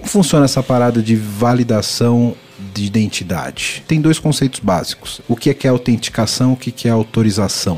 Como funciona essa parada de validação de identidade? Tem dois conceitos básicos. O que é autenticação, o que é autorização?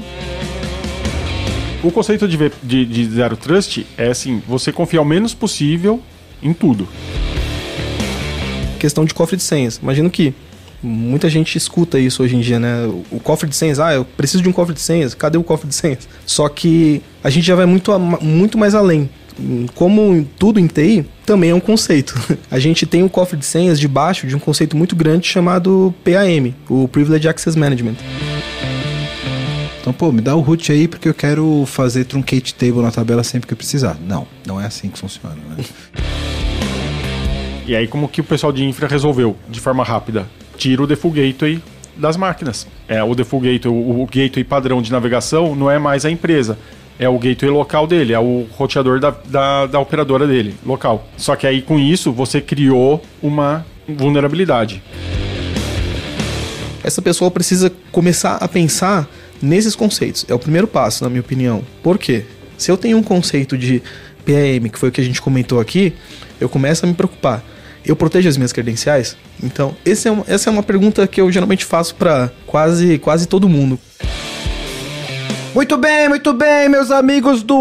O conceito de Zero Trust é assim, você confiar o menos possível em tudo. Questão de cofre de senhas. Imagino que muita gente escuta isso hoje em dia, né? O cofre de senhas, eu preciso de um cofre de senhas, cadê o cofre de senhas? Só que a gente já vai muito mais além. Como tudo em TI, também é um conceito. A gente tem um cofre de senhas debaixo de um conceito muito grande chamado PAM, o Privileged Access Management. Então, me dá o root aí porque eu quero fazer truncate table na tabela sempre que eu precisar. Não é assim que funciona, né? E aí, como que o pessoal de infra resolveu de forma rápida? Tira o default gateway das máquinas. O default gateway, o gateway padrão de navegação não é mais a empresa. É o gateway local dele, é o roteador da operadora dele, local. Só que aí, com isso, você criou uma vulnerabilidade. Essa pessoa precisa começar a pensar nesses conceitos. É o primeiro passo, na minha opinião. Por quê? Se eu tenho um conceito de PAM, que foi o que a gente comentou aqui, eu começo a me preocupar. Eu protejo as minhas credenciais? Então, essa é uma pergunta que eu geralmente faço para quase todo mundo. Muito bem, meus amigos do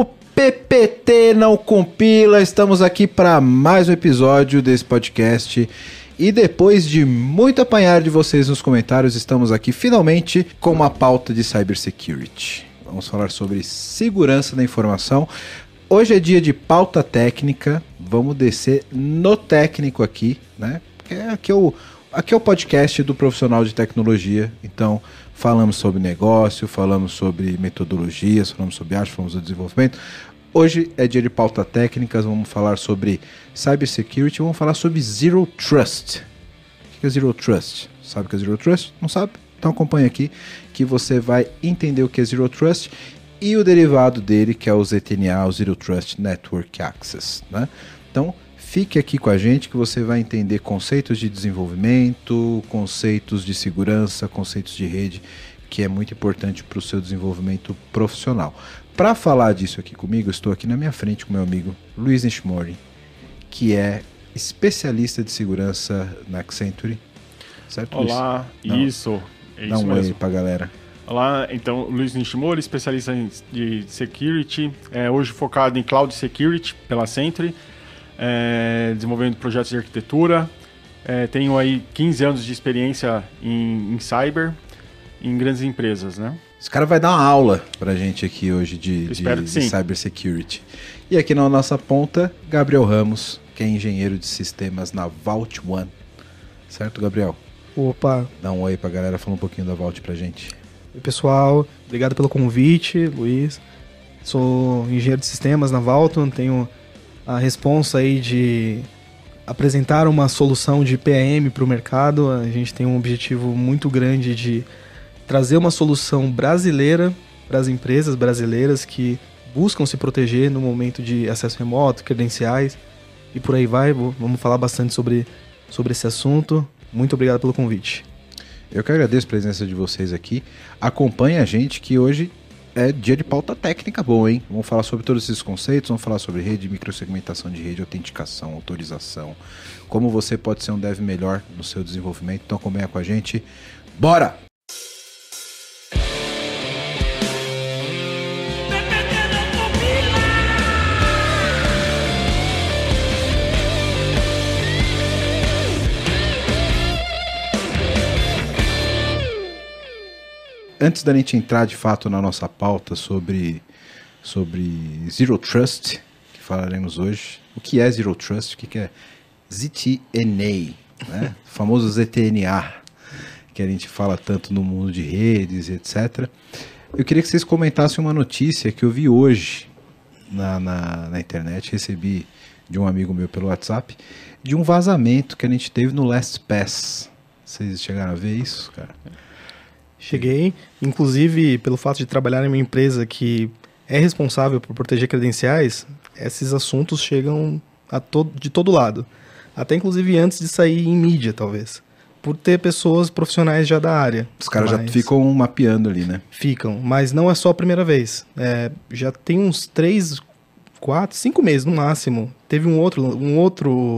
PPT Não Compila. Estamos aqui para mais um episódio desse podcast. E depois de muito apanhar de vocês nos comentários, estamos aqui finalmente com uma pauta de cybersecurity. Vamos falar sobre segurança da informação. Hoje é dia de pauta técnica, vamos descer no técnico aqui, né? Aqui é o podcast do profissional de tecnologia, então falamos sobre negócio, falamos sobre metodologias, falamos sobre arte, falamos sobre desenvolvimento. Hoje é dia de pauta técnicas, vamos falar sobre cybersecurity, vamos falar sobre Zero Trust. O que é Zero Trust? Sabe o que é Zero Trust? Não sabe? Então acompanha aqui que você vai entender o que é Zero Trust e o derivado dele, que é o ZTNA, o Zero Trust Network Access, né? Então fique aqui com a gente que você vai entender conceitos de desenvolvimento, conceitos de segurança, conceitos de rede, que é muito importante para o seu desenvolvimento profissional. Para falar disso aqui comigo, eu estou aqui na minha frente com meu amigo Luiz Nishimori, que é especialista de segurança na Accenture. Certo, Luiz? Olá, isso. É Dá isso um oi mesmo. para a galera. Olá, então, Luiz Nishimori, especialista de security, hoje focado em cloud security pela Accenture, desenvolvendo projetos de arquitetura. Tenho aí 15 anos de experiência em cyber, em grandes empresas, né? Esse cara vai dar uma aula pra gente aqui hoje de cybersecurity. E aqui na nossa ponta, Gabriel Ramos, que é engenheiro de sistemas na Vault One. Certo, Gabriel? Opa! Dá um oi pra galera, fala um pouquinho da Vault pra gente. Oi, pessoal. Obrigado pelo convite, Luiz. Sou engenheiro de sistemas na Vault, tenho a responsa aí de apresentar uma solução de PAM para o mercado. A gente tem um objetivo muito grande de trazer uma solução brasileira para as empresas brasileiras que buscam se proteger no momento de acesso remoto, credenciais e por aí vai. Vamos falar bastante sobre esse assunto. Muito obrigado pelo convite. Eu que agradeço a presença de vocês aqui. Acompanhe a gente que hoje é dia de pauta técnica boa, hein? Vamos falar sobre todos esses conceitos, vamos falar sobre rede, microsegmentação de rede, autenticação, autorização, como você pode ser um dev melhor no seu desenvolvimento. Então acompanha com a gente. Bora! Antes da gente entrar de fato na nossa pauta sobre Zero Trust, que falaremos hoje, o que é Zero Trust, o que é ZTNA, né? O famoso ZTNA, que a gente fala tanto no mundo de redes, etc. Eu queria que vocês comentassem uma notícia que eu vi hoje na internet, recebi de um amigo meu pelo WhatsApp, de um vazamento que a gente teve no LastPass. Vocês chegaram a ver isso, cara? Cheguei, inclusive pelo fato de trabalhar em uma empresa que é responsável por proteger credenciais, esses assuntos chegam de todo lado. Até inclusive antes de sair em mídia, talvez. Por ter pessoas profissionais já da área. Os caras já ficam mapeando ali, né? Ficam, mas não é só a primeira vez. Já tem uns 3, 4, 5 meses no máximo. Teve um outro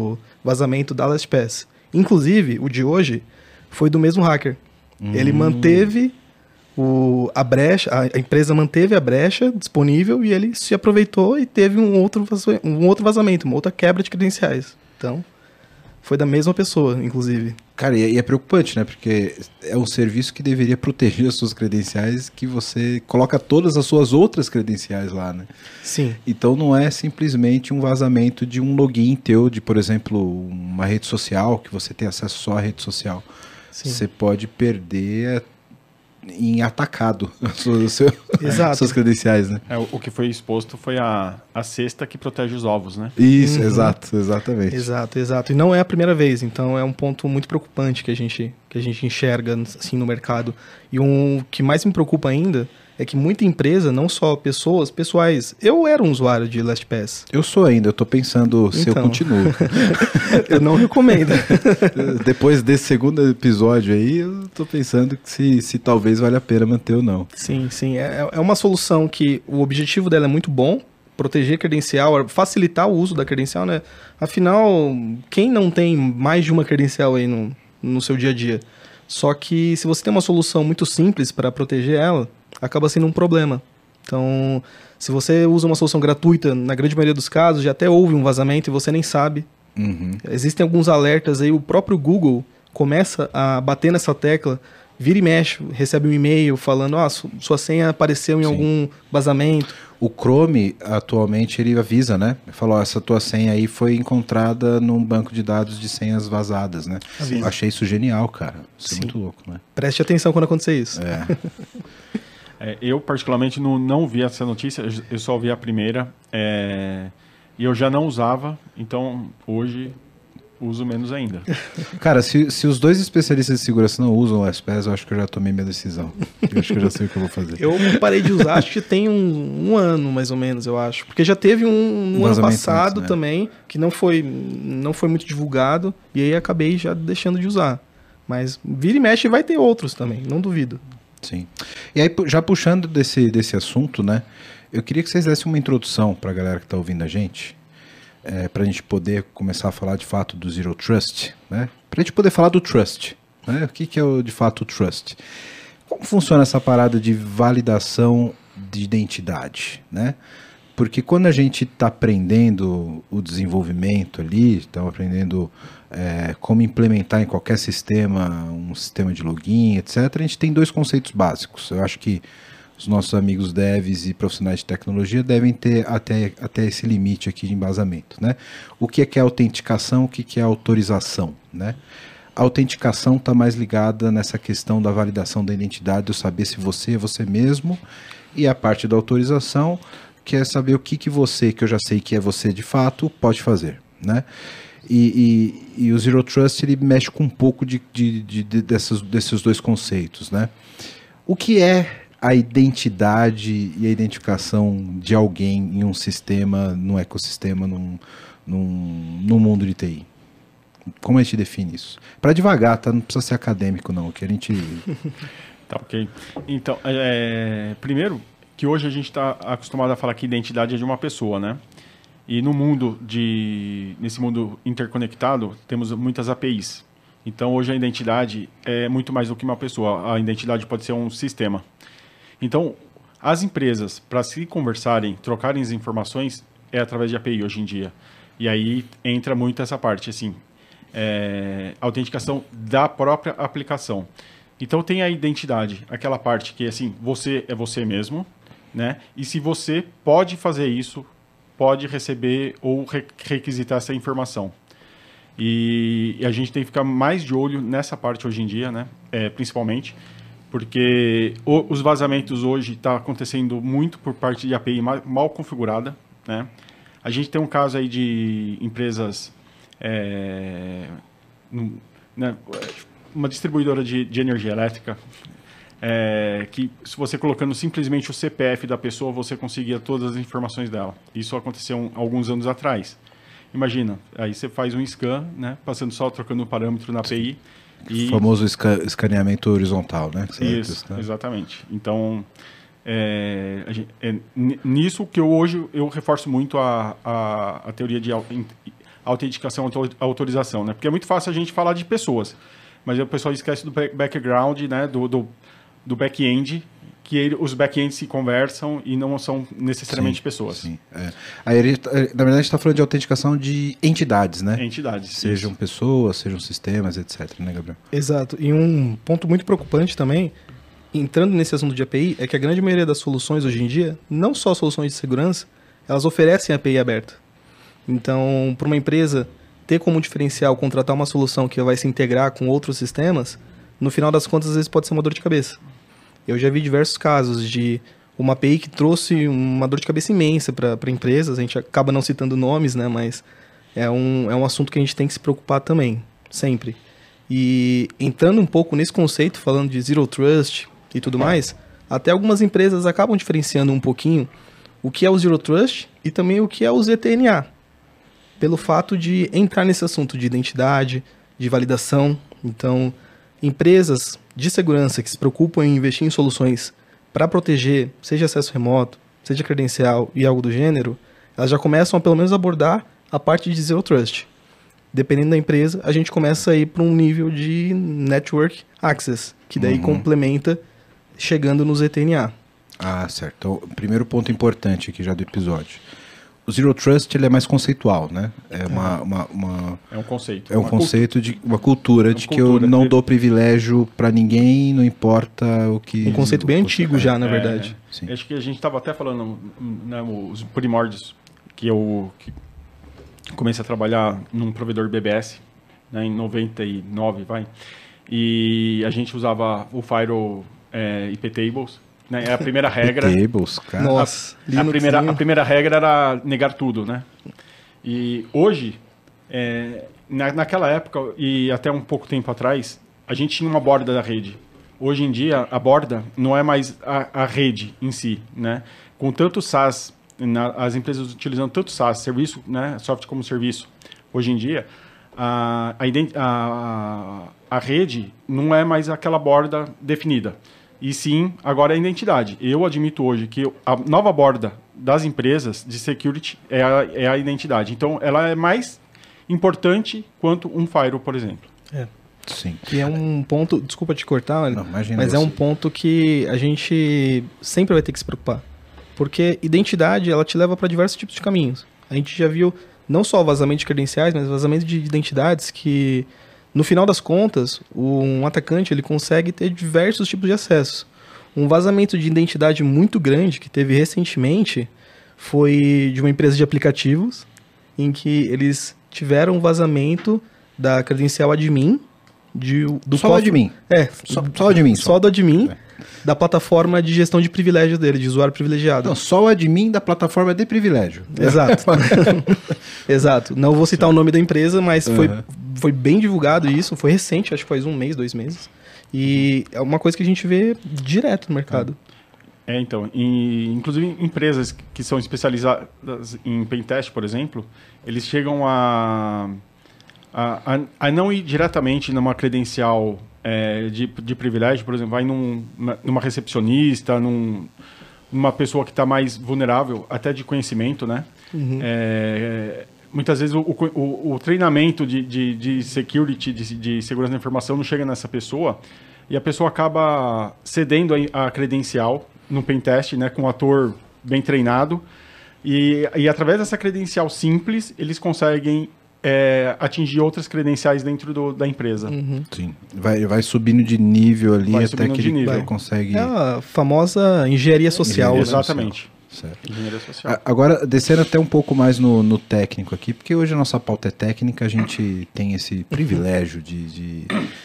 vazamento da LastPass. Inclusive, o de hoje foi do mesmo hacker. Ele manteve a brecha, a empresa manteve a brecha disponível e ele se aproveitou e teve um outro vazamento, uma outra quebra de credenciais. Então, foi da mesma pessoa, inclusive. Cara, e é preocupante, né? Porque é um serviço que deveria proteger as suas credenciais, que você coloca todas as suas outras credenciais lá, né? Sim. Então não é simplesmente um vazamento de um login teu, de, por exemplo, uma rede social, que você tem acesso só à rede social. Sim. Você pode perder em atacado as suas credenciais, né? O que foi exposto foi a cesta que protege os ovos, né? Isso, exatamente. Exato. E não é a primeira vez, então é um ponto muito preocupante que a gente enxerga assim, no mercado. E o que mais me preocupa ainda é que muita empresa, não só pessoas pessoais... Eu era um usuário de LastPass. Eu sou ainda, eu tô pensando se eu continuo. Eu não recomendo. Depois desse segundo episódio aí, eu tô pensando que se talvez valha a pena manter ou não. Sim. É uma solução que o objetivo dela é muito bom, proteger credencial, facilitar o uso da credencial, né? Afinal, quem não tem mais de uma credencial aí no seu dia a dia? Só que se você tem uma solução muito simples para proteger ela, acaba sendo um problema. Então, se você usa uma solução gratuita, na grande maioria dos casos, já até houve um vazamento e você nem sabe. Existem alguns alertas aí, o próprio Google começa a bater nessa tecla, vira e mexe, recebe um e-mail falando, sua senha apareceu em algum vazamento. O Chrome, atualmente, ele avisa, né? Falou, essa tua senha aí foi encontrada num banco de dados de senhas vazadas, né? Eu achei isso genial, cara. Isso é muito louco, né? Preste atenção quando acontecer isso. Eu, particularmente, não vi essa notícia, eu só vi a primeira, e eu já não usava, então hoje uso menos ainda. Cara, se os dois especialistas de segurança não usam o LastPass, eu acho que eu já tomei minha decisão. Eu acho que eu já sei o que eu vou fazer. Eu parei de usar, acho que tem um ano, mais ou menos, eu acho. Porque já teve um ano passado antes, né? Também, que não foi muito divulgado, e aí acabei já deixando de usar. Mas vira e mexe vai ter outros também, não duvido. Sim. E aí, já puxando desse assunto, né? Eu queria que vocês dessem uma introdução para a galera que está ouvindo a gente, para a gente poder começar a falar de fato do Zero Trust, né? Para a gente poder falar do Trust, né? O que é de fato o Trust? Como funciona essa parada de validação de identidade, né? Porque quando a gente está aprendendo o desenvolvimento ali, estamos aprendendo como implementar em qualquer sistema, um sistema de login, etc., a gente tem dois conceitos básicos. Eu acho que os nossos amigos devs e profissionais de tecnologia devem ter até esse limite aqui de embasamento, né? O que é autenticação, o que é autorização, né? A autenticação está mais ligada nessa questão da validação da identidade, eu saber se você é você mesmo, e a parte da autorização, que é saber o que você, que eu já sei que é você de fato, pode fazer, né? E o Zero Trust, ele mexe com um pouco desses dois conceitos, né? O que é a identidade e a identificação de alguém em um sistema, num ecossistema, num mundo de TI? Como a gente define isso? Para devagar, tá? Não precisa ser acadêmico, não. Que a gente... Tá, ok. Então, primeiro, que hoje a gente está acostumado a falar que identidade é de uma pessoa, né? E nesse mundo interconectado, temos muitas APIs. Então, hoje a identidade é muito mais do que uma pessoa. A identidade pode ser um sistema. Então, as empresas, para se conversarem, trocarem as informações, é através de API hoje em dia. E aí entra muito essa parte, assim, autenticação da própria aplicação. Então, tem a identidade, aquela parte que, assim, você é você mesmo, né? E se você pode fazer isso, pode receber ou requisitar essa informação. E a gente tem que ficar mais de olho nessa parte hoje em dia, né? Principalmente, porque os vazamentos hoje estão acontecendo muito por parte de API mal configurada, né? A gente tem um caso aí de empresas, uma distribuidora de energia elétrica, que se você colocando simplesmente o CPF da pessoa, você conseguia todas as informações dela. Isso aconteceu alguns anos atrás. Imagina, aí você faz um scan, né, passando só, trocando um parâmetro na API. O famoso escaneamento horizontal, né? Isso, exatamente. Então, nisso que hoje eu reforço muito a teoria de autenticação, autorização, né? Porque é muito fácil a gente falar de pessoas, mas o pessoal esquece do background, né? Do back-end, que os back-ends se conversam e não são necessariamente pessoas. Sim, é. Aí, na verdade, a gente está falando de autenticação de entidades, né? Entidades. Sejam pessoas, sejam sistemas, etc, né, Gabriel? Exato. E um ponto muito preocupante também, entrando nesse assunto de API, é que a grande maioria das soluções hoje em dia, não só soluções de segurança, elas oferecem API aberta. Então, para uma empresa ter como diferencial contratar uma solução que vai se integrar com outros sistemas, no final das contas, às vezes pode ser uma dor de cabeça. Eu já vi diversos casos de uma API que trouxe uma dor de cabeça imensa para empresas. A gente acaba não citando nomes, né? Mas é um assunto que a gente tem que se preocupar também, sempre. E entrando um pouco nesse conceito, falando de Zero Trust e tudo mais, até algumas empresas acabam diferenciando um pouquinho o que é o Zero Trust e também o que é o ZTNA. Pelo fato de entrar nesse assunto de identidade, de validação. Então, empresas de segurança que se preocupam em investir em soluções para proteger, seja acesso remoto, seja credencial e algo do gênero, elas já começam a pelo menos abordar a parte de Zero Trust. Dependendo da empresa, a gente começa a ir para um nível de Network Access, que daí complementa chegando no ZTNA. Ah, certo. Então, o primeiro ponto importante aqui já do episódio. O Zero Trust ele é mais conceitual, né? É É um conceito. É um conceito de uma cultura de que eu não dou privilégio para ninguém, não importa o que... Um conceito bem antigo já, na verdade. Sim. Acho que a gente estava até falando, né, os primórdios, que eu comecei a trabalhar num provedor BBS, né, em 99, e a gente usava o Firewall iptables, né? É a primeira regra. Tables, cara. Nossa, a primeira regra era negar tudo, né? E hoje, naquela época e até um pouco tempo atrás, a gente tinha uma borda da rede. Hoje em dia, a borda não é mais a rede em si, né? Com tanto SaaS, as empresas utilizando tanto SaaS, serviço, né? Software como serviço, hoje em dia, a rede não é mais aquela borda definida. E sim, agora é a identidade. Eu admito hoje que a nova borda das empresas de security é a identidade. Então, ela é mais importante quanto um firewall, por exemplo. Sim. Que é um ponto, desculpa te cortar, não, mas é um ponto que a gente sempre vai ter que se preocupar. Porque identidade, ela te leva para diversos tipos de caminhos. A gente já viu não só vazamento de credenciais, mas vazamento de identidades que... No final das contas, um atacante ele consegue ter diversos tipos de acesso. Um vazamento de identidade muito grande que teve recentemente foi de uma empresa de aplicativos, em que eles tiveram um vazamento da credencial admin. Só do admin? Só o admin. Só do admin, da plataforma de gestão de privilégios dele, de usuário privilegiado. Não, só o admin da plataforma de privilégio. Exato. Exato. Não vou citar o nome da empresa, mas foi bem divulgado isso, foi recente, acho que faz 1 mês, 2 meses. E é uma coisa que a gente vê direto no mercado. Então, inclusive empresas que são especializadas em pentest, por exemplo, eles chegam a não ir diretamente numa credencial de privilégio, por exemplo, vai numa recepcionista, numa pessoa que está mais vulnerável, até de conhecimento, né? Muitas vezes o treinamento de security, de segurança da informação não chega nessa pessoa e a pessoa acaba cedendo a credencial no pentest, né, com um ator bem treinado e através dessa credencial simples eles conseguem atingir outras credenciais dentro da empresa. Sim, vai subindo de nível ali até que ele consegue... É a famosa engenharia social. Exatamente. Certo. Engenharia social. Agora, descendo até um pouco mais no técnico aqui, porque hoje a nossa pauta é técnica, a gente tem esse privilégio de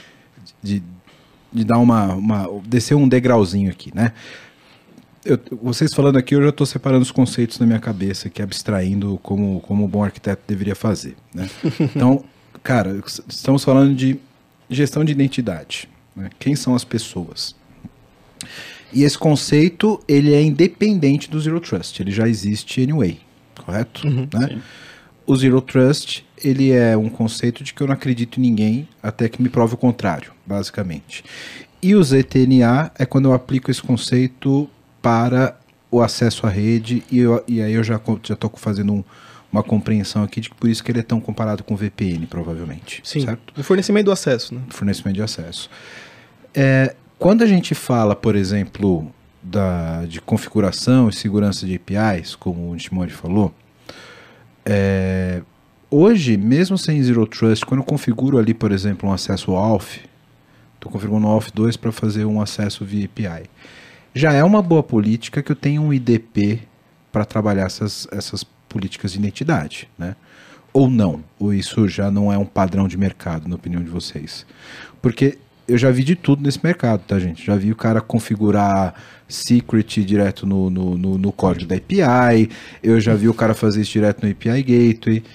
dar descer um degrauzinho aqui, né? Vocês falando aqui, eu já estou separando os conceitos na minha cabeça, aqui, abstraindo como um bom arquiteto deveria fazer, né? Então, cara, estamos falando de gestão de identidade, né? Quem são as pessoas? E esse conceito, ele é independente do Zero Trust, ele já existe anyway, correto? Né? Sim. O Zero Trust, ele é um conceito de que eu não acredito em ninguém até que me prove o contrário, basicamente. E o ZTNA é quando eu aplico esse conceito para o acesso à rede, e aí eu já estou fazendo uma compreensão aqui de que por isso que ele é tão comparado com o VPN, provavelmente. Sim, certo? o fornecimento do acesso, né? Fornecimento de acesso. Quando a gente fala, por exemplo, de configuração e segurança de APIs, como o Shimori falou, hoje, mesmo sem Zero Trust, quando eu configuro ali, por exemplo, um acesso AUTH, estou configurando o AUTH 2 para fazer um acesso via API. Já é uma boa política que eu tenha um IDP para trabalhar essas políticas de identidade, né? Ou não? Ou isso já não é um padrão de mercado, na opinião de vocês? Porque eu já vi de tudo nesse mercado, tá, gente? Já vi o cara configurar secret direto no código da API, eu já vi o cara fazer isso direto no API Gateway,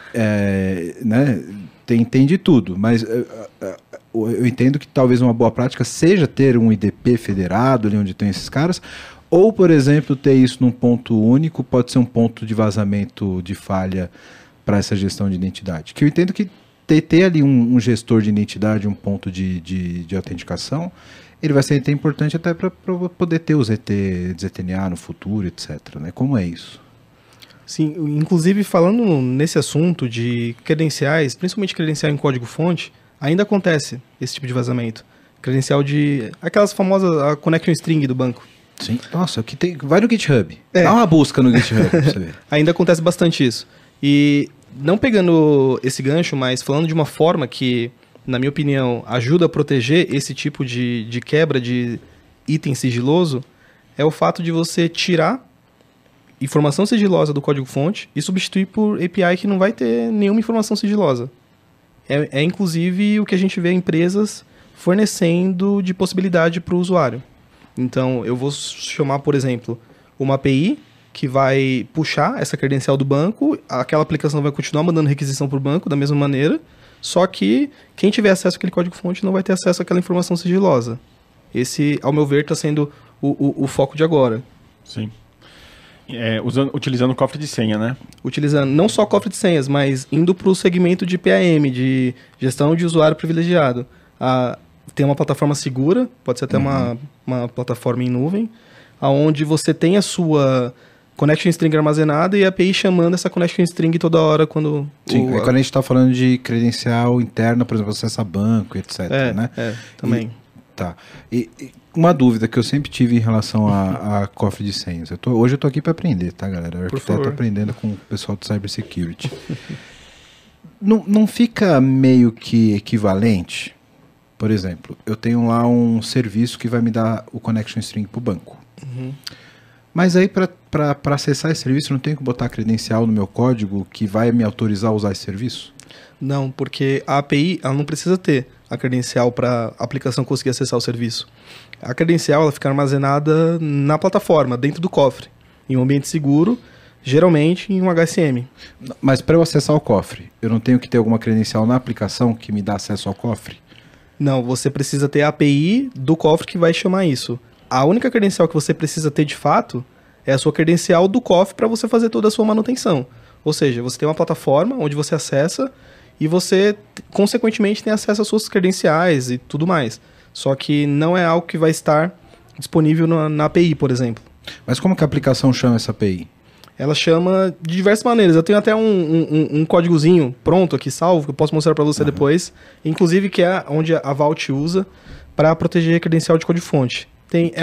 né? Tem de tudo, mas eu entendo que talvez uma boa prática seja ter um IDP federado ali onde tem esses caras, ou, por exemplo, ter isso num ponto único, pode ser um ponto de vazamento de falha para essa gestão de identidade. Que eu entendo que ter ali um gestor de identidade, um ponto de autenticação, ele vai ser até importante até para poder ter o ZTNA no futuro, etc. Né? Como é isso? Sim, inclusive falando nesse assunto de credenciais, principalmente credencial em código-fonte, ainda acontece esse tipo de vazamento. Credencial de... aquelas famosas a connection string do banco. Sim. Nossa, vai no GitHub. Dá uma busca no GitHub pra você ver. Ainda acontece bastante isso. E não pegando esse gancho, mas falando de uma forma que, na minha opinião, ajuda a proteger esse tipo de quebra de item sigiloso, é o fato de você tirar informação sigilosa do código-fonte e substituir por API que não vai ter nenhuma informação sigilosa. É inclusive o que a gente vê empresas fornecendo de possibilidade para o usuário. Então, eu vou chamar, por exemplo, uma API que vai puxar essa credencial do banco, aquela aplicação vai continuar mandando requisição para o banco da mesma maneira, só que quem tiver acesso àquele código-fonte não vai ter acesso àquela informação sigilosa. Esse, ao meu ver, está sendo o foco de agora. Sim. Utilizando o cofre de senha, né? Utilizando não só cofre de senhas, mas indo para o segmento de PAM, de gestão de usuário privilegiado. Tem uma plataforma segura, pode ser até uma plataforma em nuvem, onde você tem a sua connection string armazenada e a API chamando essa connection string toda hora quando... Sim, quando a gente está falando de credencial interna, por exemplo, acesso a banco, etc. Né? Também. Tá. E uma dúvida que eu sempre tive em relação a cofre de senhas. Hoje eu tô aqui para aprender, tá, galera? O arquiteto aprendendo com o pessoal de cybersecurity. não fica meio que equivalente? Por exemplo, eu tenho lá um serviço que vai me dar o connection string para o banco. Uhum. Mas aí, para acessar esse serviço, eu não tenho que botar credencial no meu código que vai me autorizar a usar esse serviço? Não, porque a API ela não precisa ter a credencial para a aplicação conseguir acessar o serviço. A credencial ela fica armazenada na plataforma, dentro do cofre, em um ambiente seguro, geralmente em um HSM. Mas para eu acessar o cofre, eu não tenho que ter alguma credencial na aplicação que me dá acesso ao cofre? Não, você precisa ter a API do cofre que vai chamar isso. A única credencial que você precisa ter de fato é a sua credencial do cofre para você fazer toda a sua manutenção. Ou seja, você tem uma plataforma onde você acessa e você, consequentemente, tem acesso às suas credenciais e tudo mais. Só que não é algo que vai estar disponível na API, por exemplo. Mas como que a aplicação chama essa API? Ela chama de diversas maneiras. Eu tenho até um códigozinho pronto aqui, salvo, que eu posso mostrar para você depois. Inclusive, que é onde a Vault usa para proteger a credencial de código-fonte. É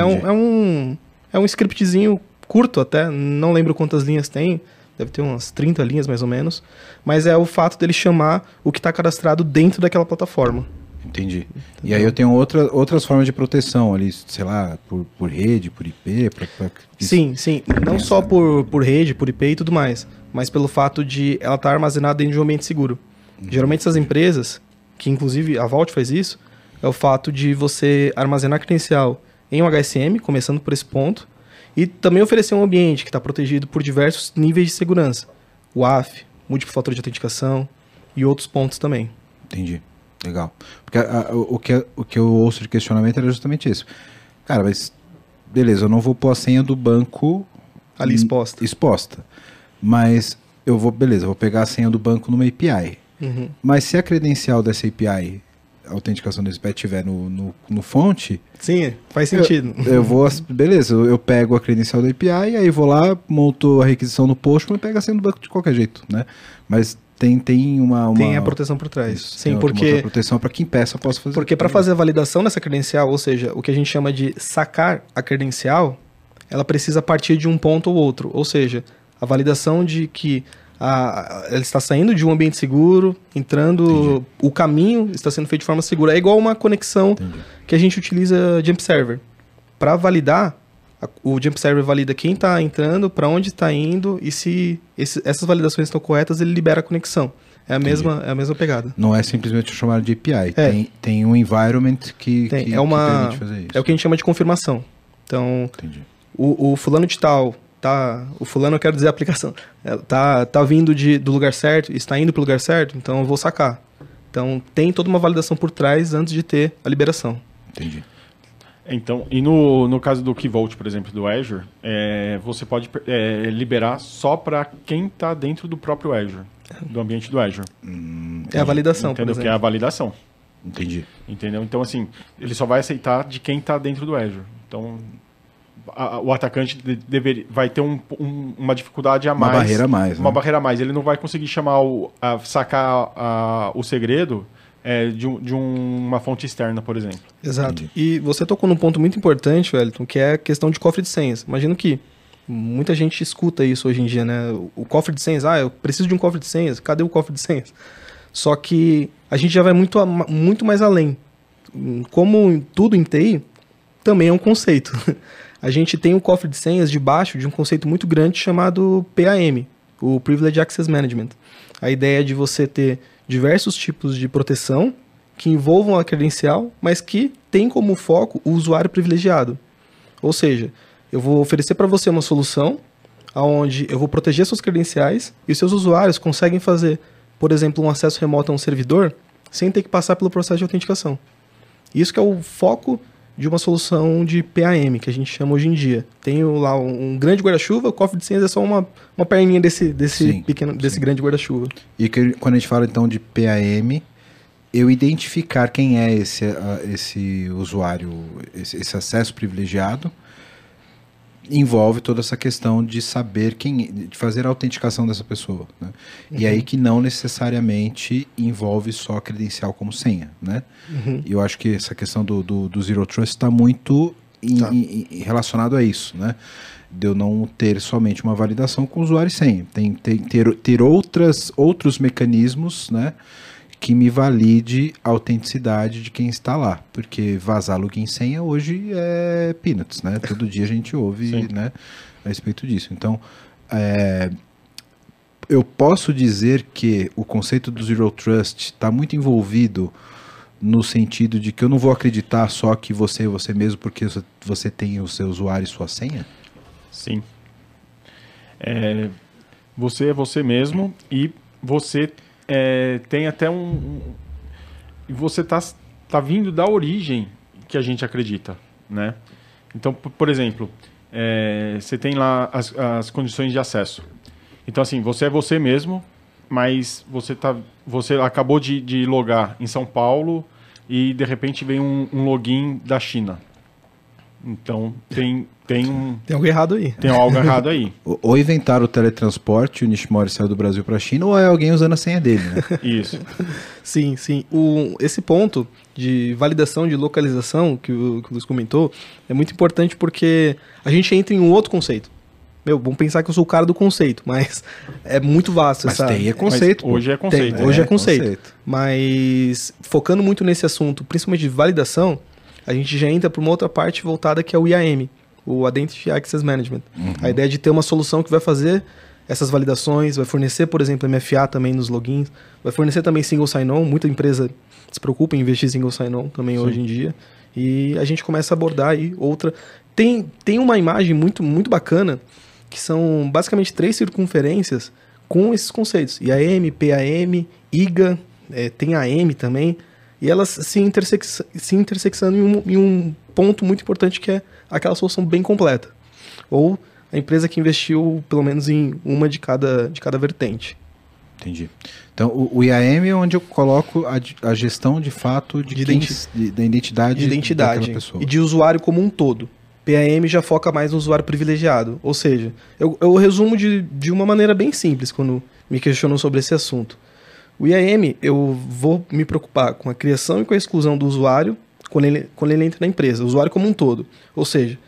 um scriptzinho curto até, não lembro quantas linhas tem, deve ter umas 30 linhas mais ou menos, mas é o fato dele chamar o que está cadastrado dentro daquela plataforma. Entendi. Entendeu? E aí eu tenho outras formas de proteção ali, sei lá, por rede, por IP? Sim. Não só por rede, por IP e tudo mais, mas pelo fato de ela estar armazenada dentro de um ambiente seguro. Geralmente essas empresas, que inclusive a Vault faz isso, é o fato de você armazenar credencial em um HSM, começando por esse ponto, e também oferecer um ambiente que está protegido por diversos níveis de segurança. WAF, múltiplo fator de autenticação e outros pontos também. Entendi. Legal. Porque o que eu ouço de questionamento era justamente isso. Cara, mas beleza, eu não vou pôr a senha do banco ali exposta. Mas eu vou pegar a senha do banco numa API. Uhum. Mas se a credencial dessa API a autenticação desse pé estiver no fonte, Sim, faz sentido. eu vou, beleza, eu pego a credencial da API, aí vou lá, monto a requisição no Postman e pego a senha do banco de qualquer jeito, né? Mas tem uma... Tem a proteção por trás. Isso, Sim, tem porque... uma proteção para quem peça, posso fazer. Porque para fazer a validação dessa credencial, ou seja, o que a gente chama de sacar a credencial, ela precisa partir de um ponto ou outro. Ou seja, a validação de que ela está saindo de um ambiente seguro, entrando, o caminho está sendo feito de forma segura. É igual uma conexão que a gente utiliza Jump Server. Para validar, o Jump Server valida quem está entrando, para onde está indo, e se essas validações estão corretas, ele libera a conexão. É a mesma pegada. Não é simplesmente chamar de API. Tem um environment que permite fazer isso. É o que a gente chama de confirmação. Então, o fulano de tal... o fulano, eu quero dizer a aplicação, tá vindo do lugar certo, está indo para o lugar certo, então eu vou sacar. Então tem toda uma validação por trás antes de ter a liberação. Entendi. Então, e no caso do Key Vault, por exemplo, do Azure, você pode liberar só para quem está dentro do próprio Azure, do ambiente do Azure. É a validação, Entendeu? por exemplo. Que é a validação. Entendi. Entendeu? Então, assim, ele só vai aceitar de quem está dentro do Azure. Então... o atacante vai ter uma dificuldade a mais. Uma barreira a mais. Uma barreira a mais. Ele não vai conseguir sacar o segredo de uma fonte externa, por exemplo. Exato. E você tocou num ponto muito importante, Wellington, que é a questão de cofre de senhas. Imagino que muita gente escuta isso hoje em dia, né? O cofre de senhas, eu preciso de um cofre de senhas, cadê o cofre de senhas? Só que a gente já vai muito mais além. Como tudo em TI, também é um conceito. A gente tem um cofre de senhas debaixo de um conceito muito grande chamado PAM, o Privileged Access Management. A ideia é de você ter diversos tipos de proteção que envolvam a credencial, mas que tem como foco o usuário privilegiado. Ou seja, eu vou oferecer para você uma solução onde eu vou proteger suas credenciais e os seus usuários conseguem fazer, por exemplo, um acesso remoto a um servidor sem ter que passar pelo processo de autenticação. Isso que é o foco de uma solução de PAM, que a gente chama hoje em dia. Tem lá um grande guarda-chuva, o cofre de senhas é só uma perninha desse grande guarda-chuva. E quando a gente fala então de PAM, eu identificar quem é esse usuário, esse acesso privilegiado, envolve toda essa questão de saber de fazer a autenticação dessa pessoa, né? E aí que não necessariamente envolve só a credencial como senha, né? E eu acho que essa questão do Zero Trust está muito relacionado a isso, né? De eu não ter somente uma validação com usuário e senha. Ter outros mecanismos, né, que me valide a autenticidade de quem está lá. Porque vazar login e senha hoje é peanuts, né? Todo dia a gente ouve, né, a respeito disso. Então, eu posso dizer que o conceito do Zero Trust está muito envolvido no sentido de que eu não vou acreditar só que você é você mesmo porque você tem o seu usuário e sua senha? Sim. Você é você mesmo e você tem até você tá vindo da origem que a gente acredita, né? Então, por exemplo, você tem lá as condições de acesso. Então, assim, você é você mesmo, mas você acabou de logar em São Paulo e, de repente, vem um login da China. Então, tem algo errado aí. Tem algo errado aí. Ou inventaram o teletransporte, o Nishimori saiu do Brasil para a China, ou é alguém usando a senha dele, né? Isso. Sim. Esse ponto de validação de localização que o Luiz comentou é muito importante porque a gente entra em um outro conceito. Vamos pensar que eu sou o cara do conceito, mas é muito vasto. Mas tem conceito. Mas hoje é conceito. Hoje é conceito. Mas focando muito nesse assunto, principalmente de validação, a gente já entra para uma outra parte voltada que é o IAM, o Identity Access Management. A ideia é de ter uma solução que vai fazer essas validações, vai fornecer, por exemplo, MFA também nos logins, vai fornecer também Single Sign-On, muita empresa se preocupa em investir em Single Sign-On também hoje em dia, e a gente começa a abordar aí outra... Tem uma imagem muito, muito bacana, que são basicamente 3 circunferências com esses conceitos, IAM, PAM, IGA, tem AM também, e elas se interseccionando em um ponto muito importante que é aquela solução bem completa. Ou a empresa que investiu pelo menos em uma de cada vertente. Entendi. Então, o IAM é onde eu coloco a gestão de fato da identidade daquela pessoa. E de usuário como um todo. PAM já foca mais no usuário privilegiado. Ou seja, eu resumo de uma maneira bem simples quando me questionam sobre esse assunto. O IAM, eu vou me preocupar com a criação e com a exclusão do usuário quando ele entra na empresa, o usuário como um todo. Ou seja,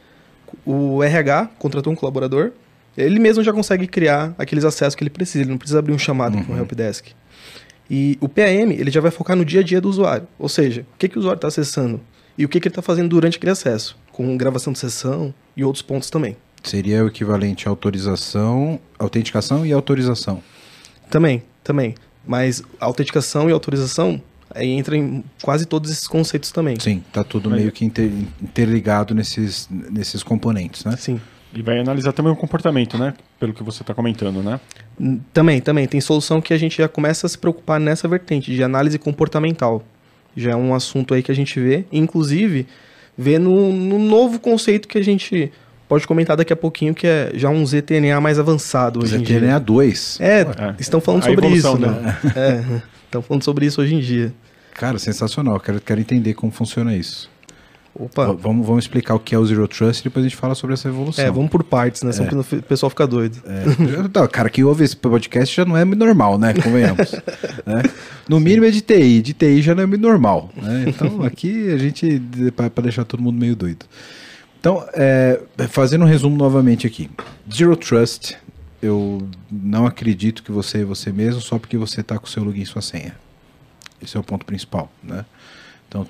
o RH contratou um colaborador, ele mesmo já consegue criar aqueles acessos que ele precisa, ele não precisa abrir um chamado com o helpdesk. E o PAM, ele já vai focar no dia a dia do usuário, ou seja, o que o usuário está acessando e o que ele está fazendo durante aquele acesso, com gravação de sessão e outros pontos também. Seria o equivalente a autenticação e autorização. Também. Mas autenticação e autorização aí entra em quase todos esses conceitos também. Sim, tá tudo meio que interligado nesses componentes, né? Sim. E vai analisar também o comportamento, né? Pelo que você está comentando, né? Também. Tem solução que a gente já começa a se preocupar nessa vertente de análise comportamental. Já é um assunto aí que a gente vê, inclusive, vê no novo conceito que a gente pode comentar daqui a pouquinho, que é já um ZTNA mais avançado hoje em dia. ZTNA 2. Estão falando sobre isso, né? Estão falando sobre isso hoje em dia. Cara, sensacional. Quero entender como funciona isso. Opa. Vamos explicar o que é o Zero Trust e depois a gente fala sobre essa evolução. Vamos por partes, né? Senão o pessoal fica doido. Cara, que ouve esse podcast já não é normal, né? Convenhamos. Né? No mínimo é de TI. De TI já não é normal. Né? Então aqui a gente, para deixar todo mundo meio doido. Então, fazendo um resumo novamente aqui. Zero Trust, eu não acredito que você é você mesmo só porque você está com o seu login e sua senha. Esse é o ponto principal, né? Então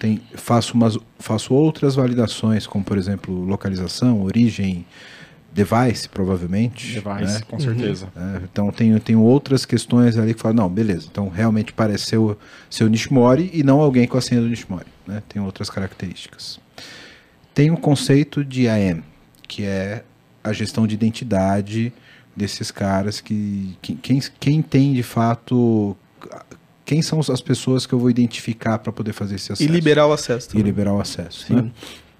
faço outras validações, como por exemplo localização, origem, device, provavelmente. Device, né? Com certeza. Então tenho outras questões ali que falam, não, beleza, então realmente parece ser o seu Nishimori e não alguém com a senha do Nishimori, né? Tem outras características. Tem o conceito de IAM, que é a gestão de identidade desses caras quem tem de fato... Quem são as pessoas que eu vou identificar para poder fazer esse acesso? E liberar o acesso também. Sim. Né?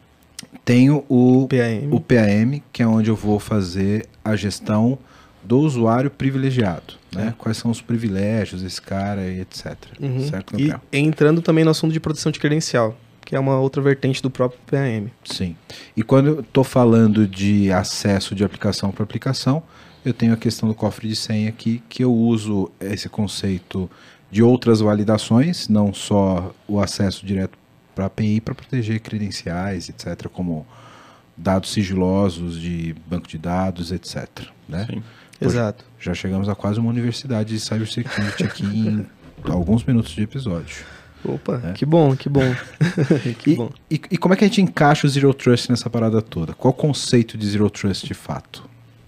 Tenho o PAM, que é onde eu vou fazer a gestão do usuário privilegiado. Né? Quais são os privilégios desse cara e etc. Certo, Gabriel? E entrando também no assunto de proteção de credencial, que é uma outra vertente do próprio PAM. Sim. E quando eu estou falando de acesso de aplicação para aplicação, eu tenho a questão do cofre de senha aqui, que eu uso esse conceito de outras validações, não só o acesso direto para a API, para proteger credenciais, etc., como dados sigilosos de banco de dados, etc. Né? Sim. Exato. Já chegamos a quase uma universidade de cybersecurity aqui em alguns minutos de episódio. Opa, que bom. que bom. E como é que a gente encaixa o Zero Trust nessa parada toda? Qual o conceito de Zero Trust de fato?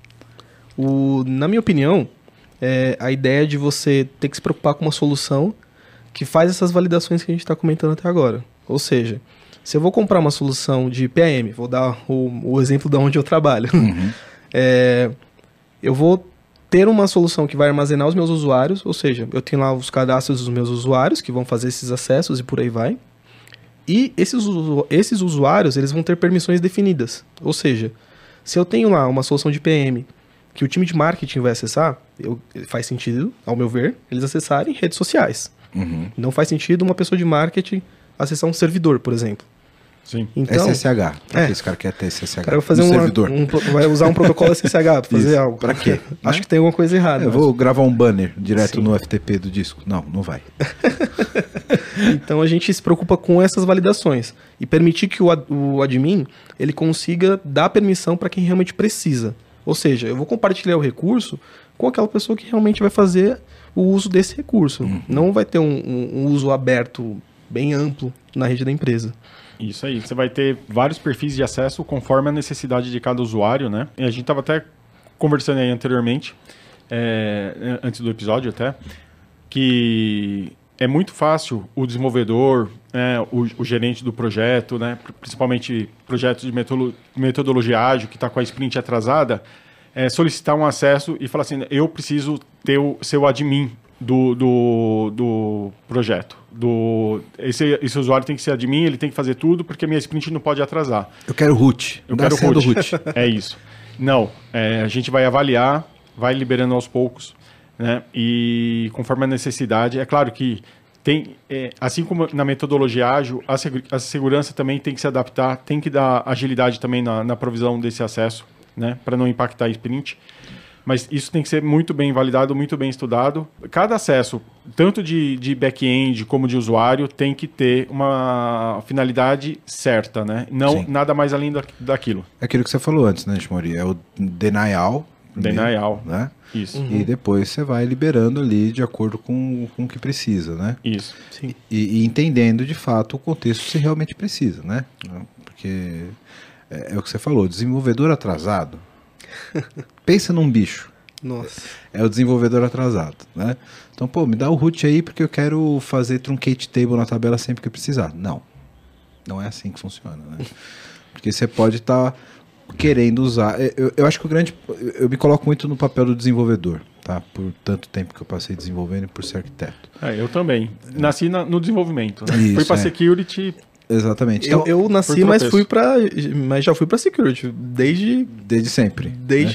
Na minha opinião, a ideia de você ter que se preocupar com uma solução que faz essas validações que a gente está comentando até agora. Ou seja, se eu vou comprar uma solução de PAM, vou dar o exemplo de onde eu trabalho, eu vou ter uma solução que vai armazenar os meus usuários, ou seja, eu tenho lá os cadastros dos meus usuários que vão fazer esses acessos e por aí vai. E esses usuários, eles vão ter permissões definidas. Ou seja, se eu tenho lá uma solução de PM que o time de marketing vai acessar, faz sentido, ao meu ver, eles acessarem redes sociais. Não faz sentido uma pessoa de marketing acessar um servidor, por exemplo. Sim. Então, SSH. Pra que esse cara quer ter SSH? O cara vai fazer vai usar um protocolo SSH para fazer algo. Pra quê? Acho que tem alguma coisa errada. Eu vou gravar um banner direto no FTP do disco. Não vai. Então a gente se preocupa com essas validações e permitir que o admin ele consiga dar permissão para quem realmente precisa. Ou seja, eu vou compartilhar o recurso com aquela pessoa que realmente vai fazer o uso desse recurso. Não vai ter um uso aberto bem amplo na rede da empresa. Isso aí, você vai ter vários perfis de acesso conforme a necessidade de cada usuário, né? E a gente estava até conversando aí anteriormente, antes do episódio até, que é muito fácil o desenvolvedor, o gerente do projeto, né? Principalmente projetos de metodologia ágil, que está com a sprint atrasada, solicitar um acesso e falar assim, eu preciso ter o seu admin do projeto. Esse usuário tem que ser admin, ele tem que fazer tudo, porque a minha sprint não pode atrasar. Eu quero root. Eu quero root. É isso. Não, a gente vai avaliar, vai liberando aos poucos. né? E conforme a necessidade, é claro que tem, assim como na metodologia ágil, a segurança também tem que se adaptar, tem que dar agilidade também na provisão desse acesso, né? Para não impactar a sprint. Mas isso tem que ser muito bem validado, muito bem estudado. Cada acesso, tanto de back-end como de usuário, tem que ter uma finalidade certa, né? Não nada mais além daquilo. É aquilo que você falou antes, né, Shimori? É o denial. Denial. Né? Isso. E depois você vai liberando ali de acordo com o que precisa, né? Isso. Sim. E entendendo de fato o contexto que você realmente precisa, né? Porque é o que você falou, desenvolvedor atrasado. Pensa num bicho. Nossa. É o desenvolvedor atrasado, né? Então, pô, me dá o root aí porque eu quero fazer truncate table na tabela sempre que precisar. Não. Não é assim que funciona, né? Porque você pode estar querendo usar... Eu acho que eu me coloco muito no papel do desenvolvedor, tá? Por tanto tempo que eu passei desenvolvendo e por ser arquiteto. Eu também. Nasci no desenvolvimento. Né? Isso, fui para security... Exatamente. Então, Eu nasci, mas já fui pra security. Desde sempre.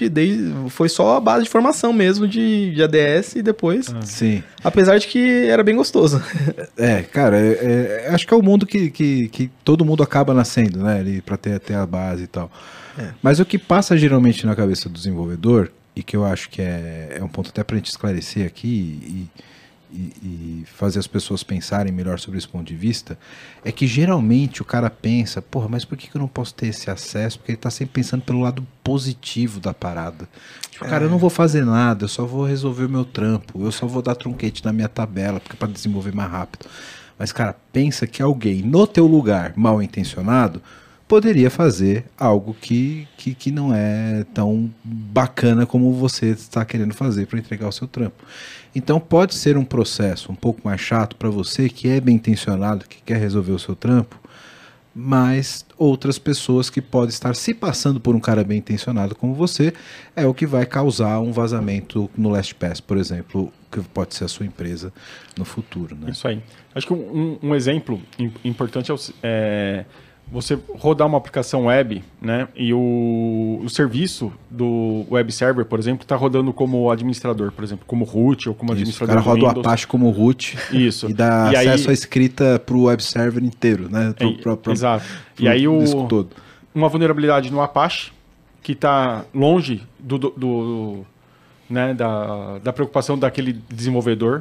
foi só a base de formação mesmo de ADS e depois. Sim. Apesar de que era bem gostoso. Cara, acho que é o mundo que todo mundo acaba nascendo, né? Ali, pra ter a base e tal. Mas o que passa geralmente na cabeça do desenvolvedor, e que eu acho que é um ponto até pra gente esclarecer aqui e fazer as pessoas pensarem melhor sobre esse ponto de vista, é que geralmente o cara pensa, porra, mas por que eu não posso ter esse acesso? Porque ele tá sempre pensando pelo lado positivo da parada. Tipo, cara, eu não vou fazer nada, eu só vou resolver o meu trampo, eu só vou dar truncate na minha tabela, porque é pra desenvolver mais rápido. Mas, cara, pensa que alguém no teu lugar, mal intencionado, poderia fazer algo que não é tão bacana como você está querendo fazer para entregar o seu trampo. Então pode ser um processo um pouco mais chato para você que é bem intencionado, que quer resolver o seu trampo, mas outras pessoas que podem estar se passando por um cara bem intencionado como você é o que vai causar um vazamento no LastPass, por exemplo, que pode ser a sua empresa no futuro, né? Isso aí. Acho que um exemplo importante é você rodar uma aplicação web, né, e o serviço do web server, por exemplo, está rodando como administrador, por exemplo, como root ou como administrador. O cara roda Windows. o Apache como root. Isso. E dá acesso à escrita para o web server inteiro, né? Exato. E aí disco todo. Uma vulnerabilidade no Apache que está longe da preocupação daquele desenvolvedor.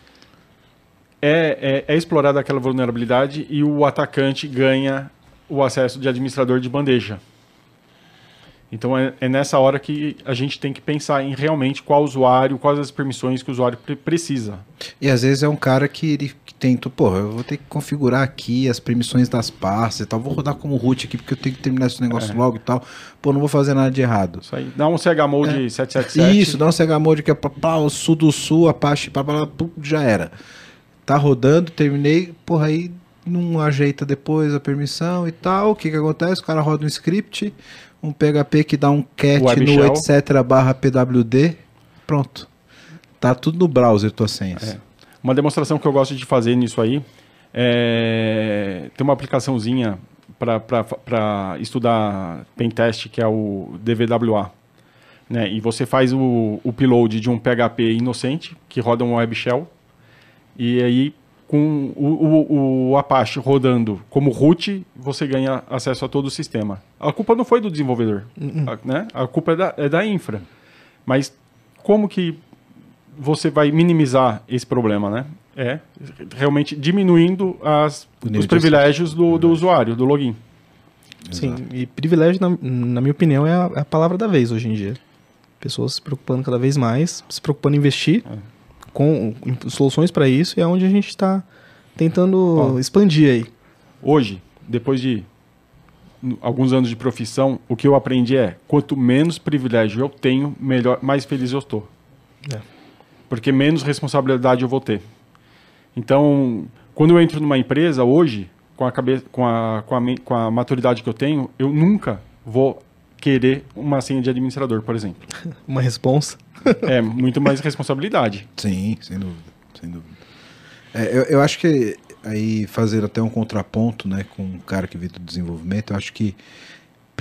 É explorada aquela vulnerabilidade e o atacante ganha o acesso de administrador de bandeja. Então é nessa hora que a gente tem que pensar em realmente qual usuário, quais as permissões que o usuário precisa. E às vezes é um cara que tenta, eu vou ter que configurar aqui as permissões das pastas e tal, vou rodar como root aqui porque eu tenho que terminar esse negócio logo e tal, não vou fazer nada de errado. Isso aí, dá um chmod 777. Isso, dá um chmod que é o sul do sul, Apache, já era. Tá rodando, terminei, aí não ajeita depois a permissão e tal, o que acontece? O cara roda um script, um PHP que dá um cat no etc/pwd, pronto. Tá tudo no browser, tua senha. Uma demonstração que eu gosto de fazer nisso aí tem uma aplicaçãozinha para estudar pentest, que é o DVWA. Né? E você faz o upload de um PHP inocente, que roda um web shell, e aí com o Apache rodando como root, você ganha acesso a todo o sistema. A culpa não foi do desenvolvedor, né? A culpa é da infra. Mas como que você vai minimizar esse problema, né? Realmente diminuindo os privilégios do usuário, do login. Sim, e privilégio, na minha opinião, é a palavra da vez hoje em dia. Pessoas se preocupando cada vez mais, se preocupando em investir com soluções para isso, e é onde a gente está tentando expandir aí. Hoje, depois de alguns anos de profissão, o que eu aprendi quanto menos privilégio eu tenho, melhor, mais feliz eu estou. Porque menos responsabilidade eu vou ter. Então, quando eu entro numa empresa hoje, com a maturidade que eu tenho, eu nunca vou querer uma senha de administrador, por exemplo. Uma responsa. Muito mais responsabilidade. Sim, sem dúvida. Sem dúvida. Eu acho que, aí fazer até um contraponto, né, com um cara que veio do desenvolvimento, eu acho que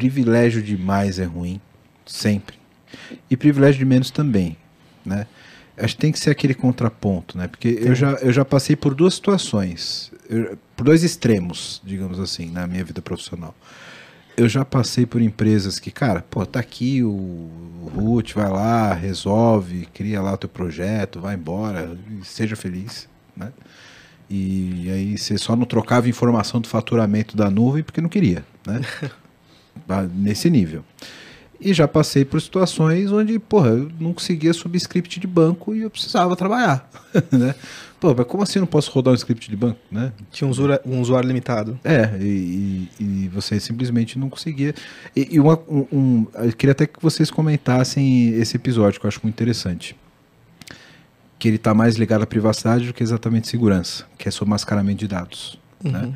privilégio demais é ruim, sempre. E privilégio de menos também, né? acho que tem que ser aquele contraponto, né? Porque eu já passei por duas situações, por dois extremos, digamos assim, na minha vida profissional. Eu já passei por empresas que, cara, pô, tá aqui o Ruth, vai lá, resolve, cria lá o teu projeto, vai embora, seja feliz, né? E aí você só não trocava informação do faturamento da nuvem porque não queria, né? Nesse nível. E já passei por situações onde, porra, eu não conseguia subir script de banco e eu precisava trabalhar, né? Pô, mas como assim eu não posso rodar um script de banco, né? Tinha um usuário limitado. E você simplesmente não conseguia. Eu queria até que vocês comentassem esse episódio, que eu acho muito interessante. Que ele está mais ligado à privacidade do que exatamente segurança, que é sobre mascaramento de dados, né?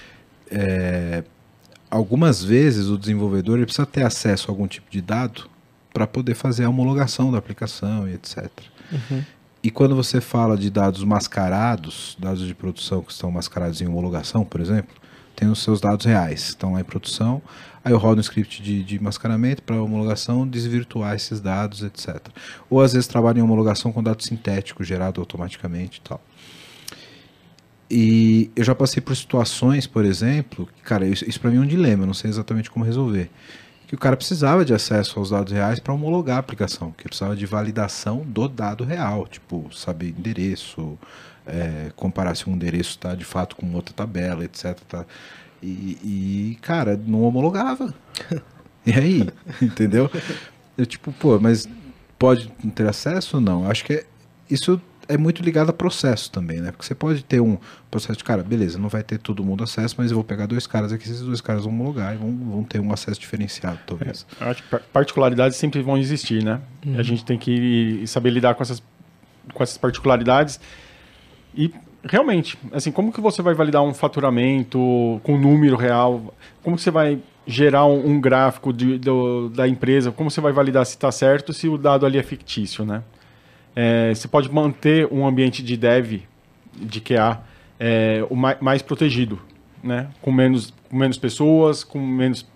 Algumas vezes o desenvolvedor ele precisa ter acesso a algum tipo de dado para poder fazer a homologação da aplicação e etc. E quando você fala de dados mascarados, dados de produção que estão mascarados em homologação, por exemplo, tem os seus dados reais, estão lá em produção, aí eu rodo um script de mascaramento para homologação, desvirtuar esses dados, etc. Ou às vezes trabalho em homologação com dados sintéticos gerados automaticamente e tal. E eu já passei por situações, por exemplo, que, cara, isso para mim é um dilema, eu não sei exatamente como resolver. Que o cara precisava de acesso aos dados reais para homologar a aplicação, que precisava de validação do dado real, tipo, saber endereço, comparar se um endereço está de fato com outra tabela, etc. Tá? Cara, não homologava. E aí? Entendeu? Eu tipo, pô, mas pode não ter acesso ou não? Acho que isso é muito ligado a processo também, né? Porque você pode ter um processo de, cara, beleza, não vai ter todo mundo acesso, mas eu vou pegar dois caras aqui, esses dois caras vão homologar e vão ter um acesso diferenciado, talvez. Acho que particularidades sempre vão existir, né? A gente tem que saber lidar com essas particularidades. E, realmente, assim, como que você vai validar um faturamento com número real? Como que você vai gerar um gráfico da empresa? Como você vai validar se está certo, se o dado ali é fictício, né? Você pode manter um ambiente de dev, de QA, mais protegido, né? Com menos pessoas, com menos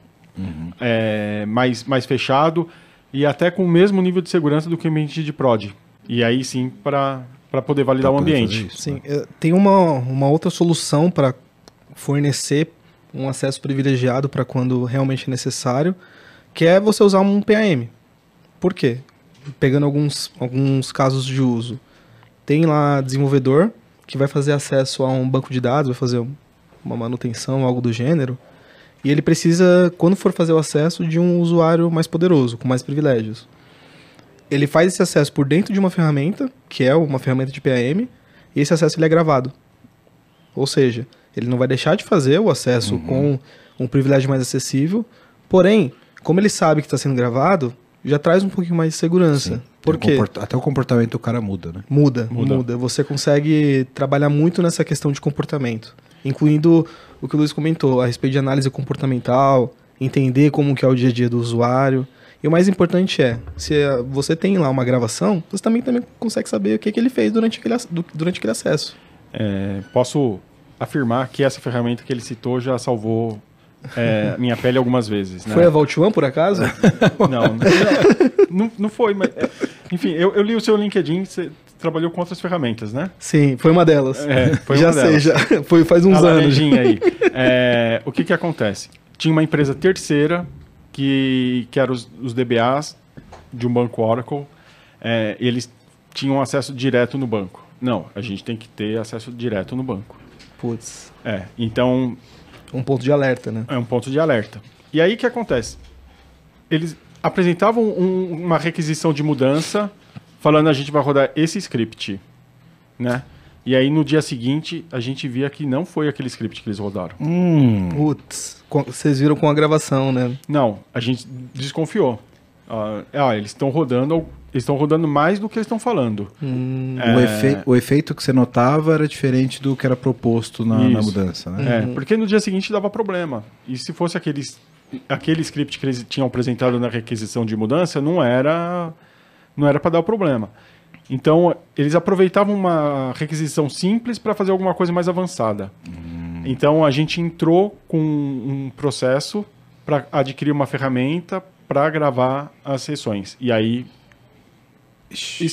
mais fechado e até com o mesmo nível de segurança do que o ambiente de prod. E aí sim, para poder validar o ambiente. Isso, sim, tem uma outra solução para fornecer um acesso privilegiado para quando realmente é necessário, que é você usar um PAM. Por quê? Pegando alguns casos de uso. Tem lá desenvolvedor que vai fazer acesso a um banco de dados, vai fazer uma manutenção, algo do gênero, e ele precisa, quando for fazer o acesso, de um usuário mais poderoso, com mais privilégios. Ele faz esse acesso por dentro de uma ferramenta, que é uma ferramenta de PAM, e esse acesso ele é gravado. Ou seja, ele não vai deixar de fazer o acesso com um privilégio mais acessível, porém, como ele sabe que está sendo gravado, já traz um pouquinho mais de segurança. Sim. Por quê? Até o comportamento do cara muda, né? Muda. Você consegue trabalhar muito nessa questão de comportamento, incluindo o que o Luiz comentou, a respeito de análise comportamental, entender como que é o dia a dia do usuário. E o mais importante se você tem lá uma gravação, você também consegue saber o que ele fez durante aquele acesso. Posso afirmar que essa ferramenta que ele citou já salvou minha pele algumas vezes, né? Foi a Vault One, por acaso? Não foi, mas... enfim, eu li o seu LinkedIn, você trabalhou com outras ferramentas, né? Sim, foi uma delas. Foi uma delas. Foi faz uns anos. Aí. O que acontece? Tinha uma empresa terceira que era os DBAs de um banco Oracle, eles tinham acesso direto no banco. Não, a gente tem que ter acesso direto no banco. Putz. Então... Um ponto de alerta, né? É um ponto de alerta. E aí o que acontece? Eles apresentavam uma requisição de mudança, falando a gente vai rodar esse script, né? E aí no dia seguinte a gente via que não foi aquele script que eles rodaram. Putz, vocês viram com a gravação, né? Não, a gente desconfiou. Eles estão rodando mais do que eles estão falando. O efeito que você notava era diferente do que era proposto na mudança, né? Porque no dia seguinte dava problema. E se fosse aquele script que eles tinham apresentado na requisição de mudança, não era para dar o problema. Então, eles aproveitavam uma requisição simples para fazer alguma coisa mais avançada. Então, a gente entrou com um processo para adquirir uma ferramenta para gravar as sessões. E aí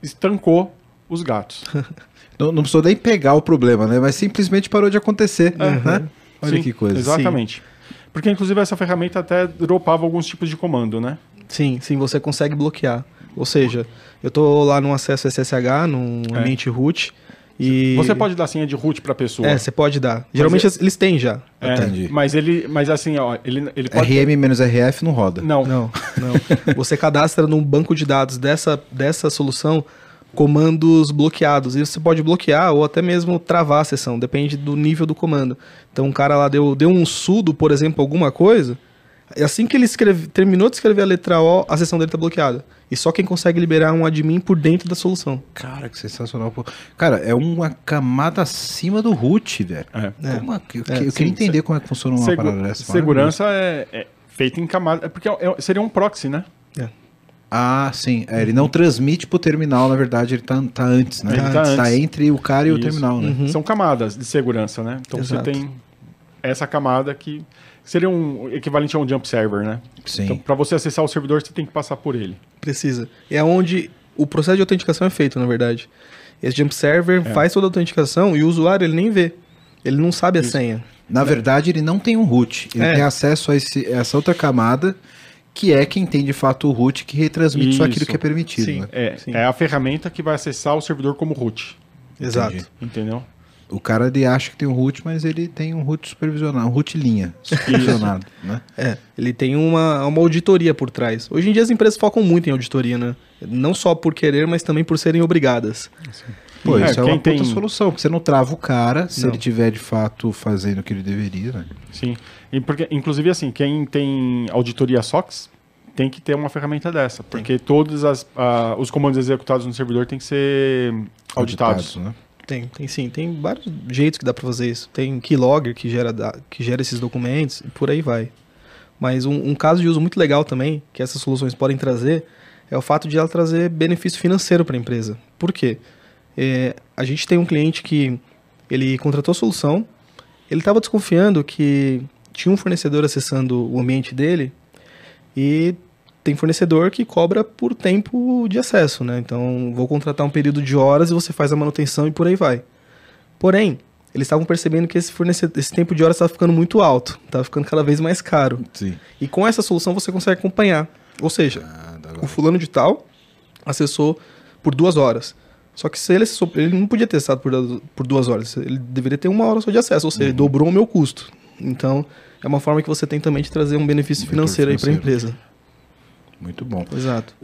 estancou os gatos. Não precisou nem pegar o problema, né? Mas simplesmente parou de acontecer, né? Olha Sim, que coisa. Exatamente. Porque, inclusive, essa ferramenta até dropava alguns tipos de comando, né? Sim, você consegue bloquear. Ou seja, eu tô lá num acesso SSH, num ambiente root, e... Você pode dar senha de root pra pessoa. você pode dar. Geralmente eles têm já. Entendi. Mas assim, ó, ele pode... RM-RF não roda. Não. Você cadastra num banco de dados dessa solução comandos bloqueados. E você pode bloquear ou até mesmo travar a sessão, depende do nível do comando. Então um cara lá deu um sudo, por exemplo, alguma coisa, assim que ele terminou de escrever a letra O, a sessão dele está bloqueada. E só quem consegue liberar um admin por dentro da solução. Cara, que sensacional. Cara, é uma camada acima do root, velho. Eu queria entender como é que funciona uma parada dessa. Segurança é feita em camada. Porque seria um proxy, né? Ah, sim. Ele não transmite pro terminal, na verdade, ele tá antes, né? Ele tá entre o cara e o terminal, né? Uhum. São camadas de segurança, né? Então Exato. você tem essa camada que seria um equivalente a um jump server, né? Sim. Então, para você acessar o servidor, você tem que passar por ele. Precisa. É onde o processo de autenticação é feito, na verdade. Esse jump server faz toda a autenticação e o usuário ele nem vê. Ele não sabe a senha. Na verdade, ele não tem um root. Ele tem acesso a essa outra camada, que é quem tem de fato o root, que retransmite só aquilo que é permitido. Sim. Né? Sim. É a ferramenta que vai acessar o servidor como root. Exato. Entendi. Entendeu? O cara ele acha que tem um root, mas ele tem um root supervisionado, um root linha supervisionado, né? Ele tem uma auditoria por trás. Hoje em dia as empresas focam muito em auditoria, né? Não só por querer, mas também por serem obrigadas. Pô, isso é uma quem puta solução, porque você não trava o cara se Não. ele tiver de fato fazendo o que ele deveria, né? Sim. E porque, inclusive, assim, quem tem auditoria SOX tem que ter uma ferramenta dessa, porque todos os comandos executados no servidor têm que ser auditados. né? Tem sim. Tem vários jeitos que dá pra fazer isso. Tem keylogger que gera esses documentos e por aí vai. Mas um caso de uso muito legal também, que essas soluções podem trazer, é o fato de ela trazer benefício financeiro para a empresa. Por quê? A gente tem um cliente que ele contratou a solução, ele estava desconfiando que tinha um fornecedor acessando o ambiente dele e tem fornecedor que cobra por tempo de acesso, né? Então, vou contratar um período de horas e você faz a manutenção e por aí vai. Porém, eles estavam percebendo que esse tempo de horas estava ficando muito alto, estava ficando cada vez mais caro. Sim. E com essa solução você consegue acompanhar. Ou seja, o fulano de tal acessou por 2 horas. Só que se ele não podia ter acessado por 2 horas, ele deveria ter 1 hora só de acesso, ou seja, ele dobrou o meu custo. Então, é uma forma que você tem também de trazer um benefício financeiro aí para a empresa. Muito bom. Exato.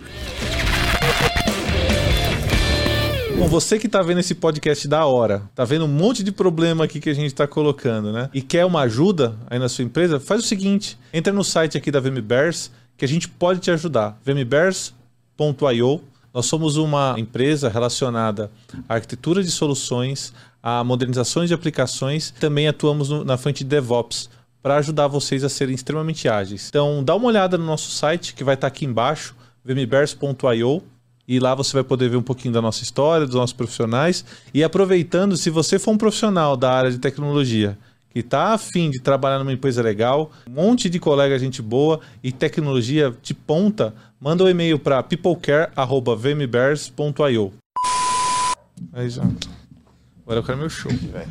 Bom, você que tá vendo esse podcast da hora, tá vendo um monte de problema aqui que a gente tá colocando, né? E quer uma ajuda aí na sua empresa, faz o seguinte, entra no site aqui da VMBears, que a gente pode te ajudar. vmbears.io. Nós somos uma empresa relacionada à arquitetura de soluções, a modernizações de aplicações, também atuamos na frente de DevOps, para ajudar vocês a serem extremamente ágeis. Então, dá uma olhada no nosso site, que vai estar aqui embaixo, vmbears.io, e lá você vai poder ver um pouquinho da nossa história, dos nossos profissionais. E aproveitando, se você for um profissional da área de tecnologia, que está afim de trabalhar numa empresa legal, um monte de colega, gente boa e tecnologia de ponta, manda um e-mail para peoplecare@vmbears.io. Aí já. Agora eu quero meu show, velho.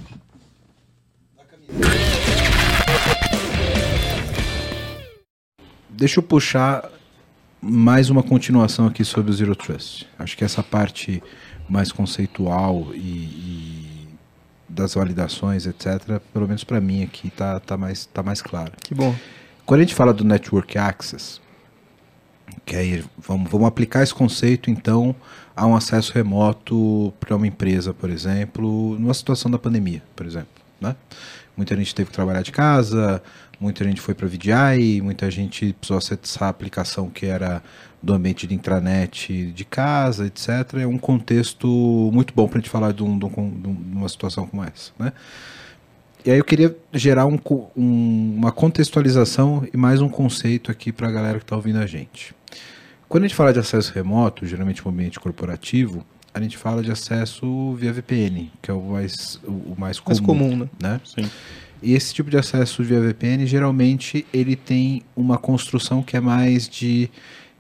Deixa eu puxar mais uma continuação aqui sobre o Zero Trust. Acho que essa parte mais conceitual e das validações, etc., pelo menos para mim aqui tá mais claro. Que bom. Quando a gente fala do Network Access, que aí vamos aplicar esse conceito então a um acesso remoto para uma empresa, por exemplo, numa situação da pandemia, por exemplo, né? Muita gente teve que trabalhar de casa, muita gente foi para VDI, muita gente precisou acessar a aplicação que era do ambiente de intranet de casa, etc. É um contexto muito bom para a gente falar de uma situação como essa, né? E aí eu queria gerar uma contextualização e mais um conceito aqui para a galera que está ouvindo a gente. Quando a gente fala de acesso remoto, geralmente no ambiente corporativo, a gente fala de acesso via VPN, que é o mais comum, né? Sim. E esse tipo de acesso via VPN, geralmente, ele tem uma construção que é mais de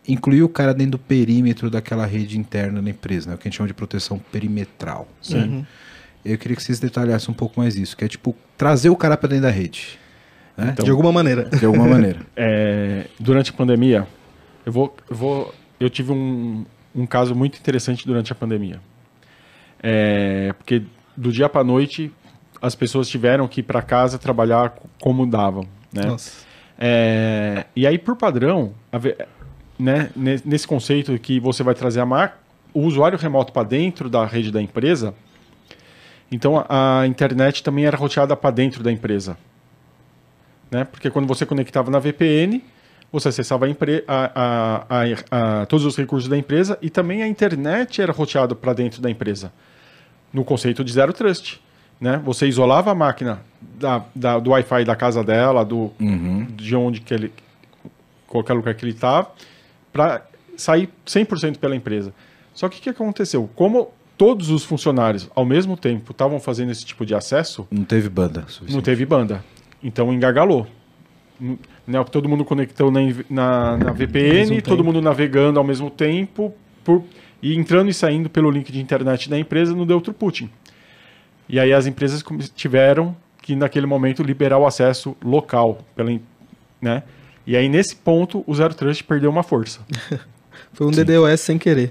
incluir o cara dentro do perímetro daquela rede interna da empresa, né? O que a gente chama de proteção perimetral. Sim. Eu queria que vocês detalhassem um pouco mais isso, que é tipo trazer o cara para dentro da rede. Né? De alguma maneira. De alguma maneira. Durante a pandemia, eu tive um caso muito interessante durante a pandemia. Porque do dia para a noite as pessoas tiveram que ir para casa trabalhar como davam. Né? Nossa. E aí, por padrão, né, nesse conceito que você vai trazer o usuário remoto para dentro da rede da empresa, então a internet também era roteada para dentro da empresa. Né? Porque quando você conectava na VPN, você acessava todos os recursos da empresa e também a internet era roteada para dentro da empresa, no conceito de Zero Trust. Né? Você isolava a máquina do Wi-Fi da casa dela, de onde qualquer lugar que ele estava, para sair 100% pela empresa. Só que o que aconteceu? Como todos os funcionários, ao mesmo tempo, estavam fazendo esse tipo de acesso... Não teve banda suficiente. Não teve banda. Então, engargalou. Né? Todo mundo conectou na VPN, todo mundo navegando ao mesmo tempo, e entrando e saindo pelo link de internet da empresa, não deu throughputing. E aí as empresas tiveram que, naquele momento, liberar o acesso local. Né? E aí, nesse ponto, o Zero Trust perdeu uma força. Foi um DDoS sem querer.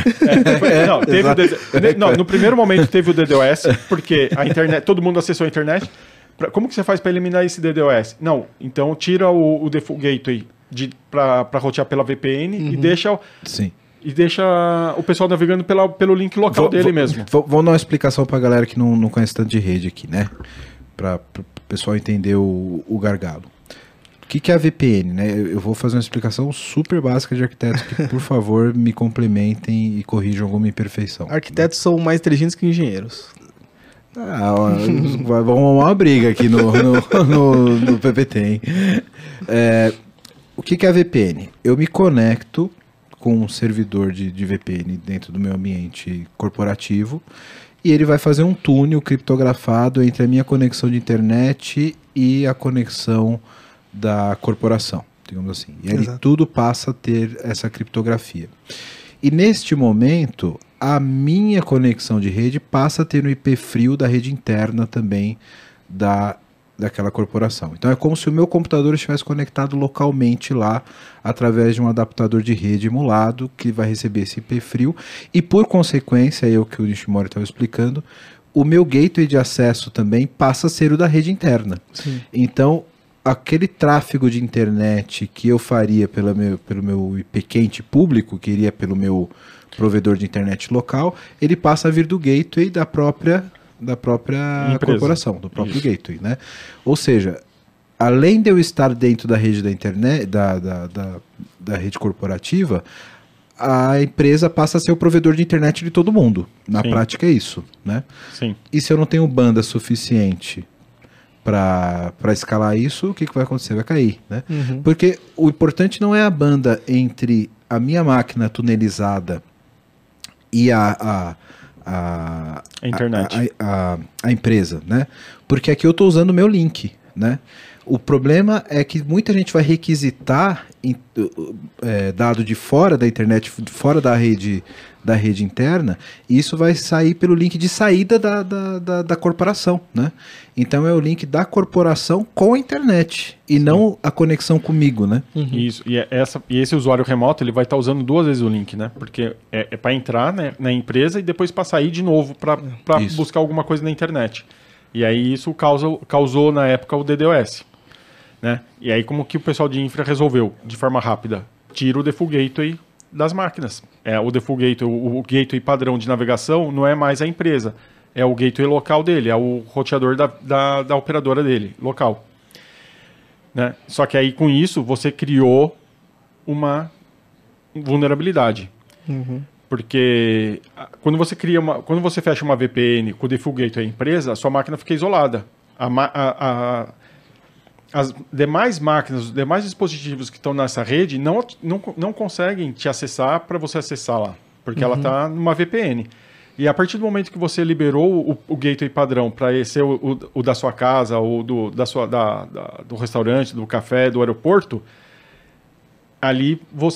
No primeiro momento teve o DDoS, porque a internet, todo mundo acessou a internet. Como que você faz para eliminar esse DDoS? Não, então tira o Default Gateway para rotear pela VPN e deixa o pessoal navegando pelo link local dele mesmo. Vamos dar uma explicação para a galera que não conhece tanto de rede aqui, né? Para o pessoal entender o gargalo. O que é a VPN, né? Eu vou fazer uma explicação super básica de arquitetos que, por favor, me complementem e corrijam alguma imperfeição. Arquitetos são mais inteligentes que engenheiros. Vamos arrumar uma briga aqui no PPT, hein? O que é a VPN? Eu me conecto com um servidor de VPN dentro do meu ambiente corporativo e ele vai fazer um túnel criptografado entre a minha conexão de internet e a conexão da corporação, digamos assim. E aí tudo passa a ter essa criptografia. E neste momento, a minha conexão de rede passa a ter um IP frio da rede interna também daquela corporação. Então é como se o meu computador estivesse conectado localmente lá, através de um adaptador de rede emulado, que vai receber esse IP frio, e por consequência, o que o Nishimori estava explicando, o meu gateway de acesso também passa a ser o da rede interna. Sim. Então, aquele tráfego de internet que eu faria pelo meu IP quente público, que iria pelo meu provedor de internet local, ele passa a vir do gateway da própria corporação, do próprio gateway, né? Ou seja, além de eu estar dentro da rede da internet, da rede corporativa, a empresa passa a ser o provedor de internet de todo mundo. Na prática é isso, né? Sim. E se eu não tenho banda suficiente para escalar isso, o que vai acontecer? Vai cair, né? Porque o importante não é a banda entre a minha máquina tunelizada e a internet. A empresa, né? Porque aqui eu estou usando o meu link, né? O problema é que muita gente vai requisitar dado de fora da internet, fora da rede interna, e isso vai sair pelo link de saída da corporação, né? Então é o link da corporação com a internet e não a conexão comigo, né? Isso, e esse usuário remoto ele vai estar usando duas vezes o link, né? Porque é para entrar, né, na empresa e depois para sair de novo para buscar alguma coisa na internet. E aí isso causou na época o DDoS. Né? E aí como que o pessoal de infra resolveu de forma rápida? Tira o Default Gateway das máquinas. O Default Gateway, o gateway padrão de navegação não é mais a empresa, é o gateway local dele, é o roteador da operadora dele, local. Né? Só que aí com isso você criou uma vulnerabilidade. Porque quando você fecha uma VPN com o Default Gateway empresa, a sua máquina fica isolada. As demais máquinas, os demais dispositivos que estão nessa rede não conseguem te acessar para você acessar lá, porque ela está numa VPN. E a partir do momento que você liberou o gateway padrão para ser o da sua casa, ou do restaurante, do café, do aeroporto, ali você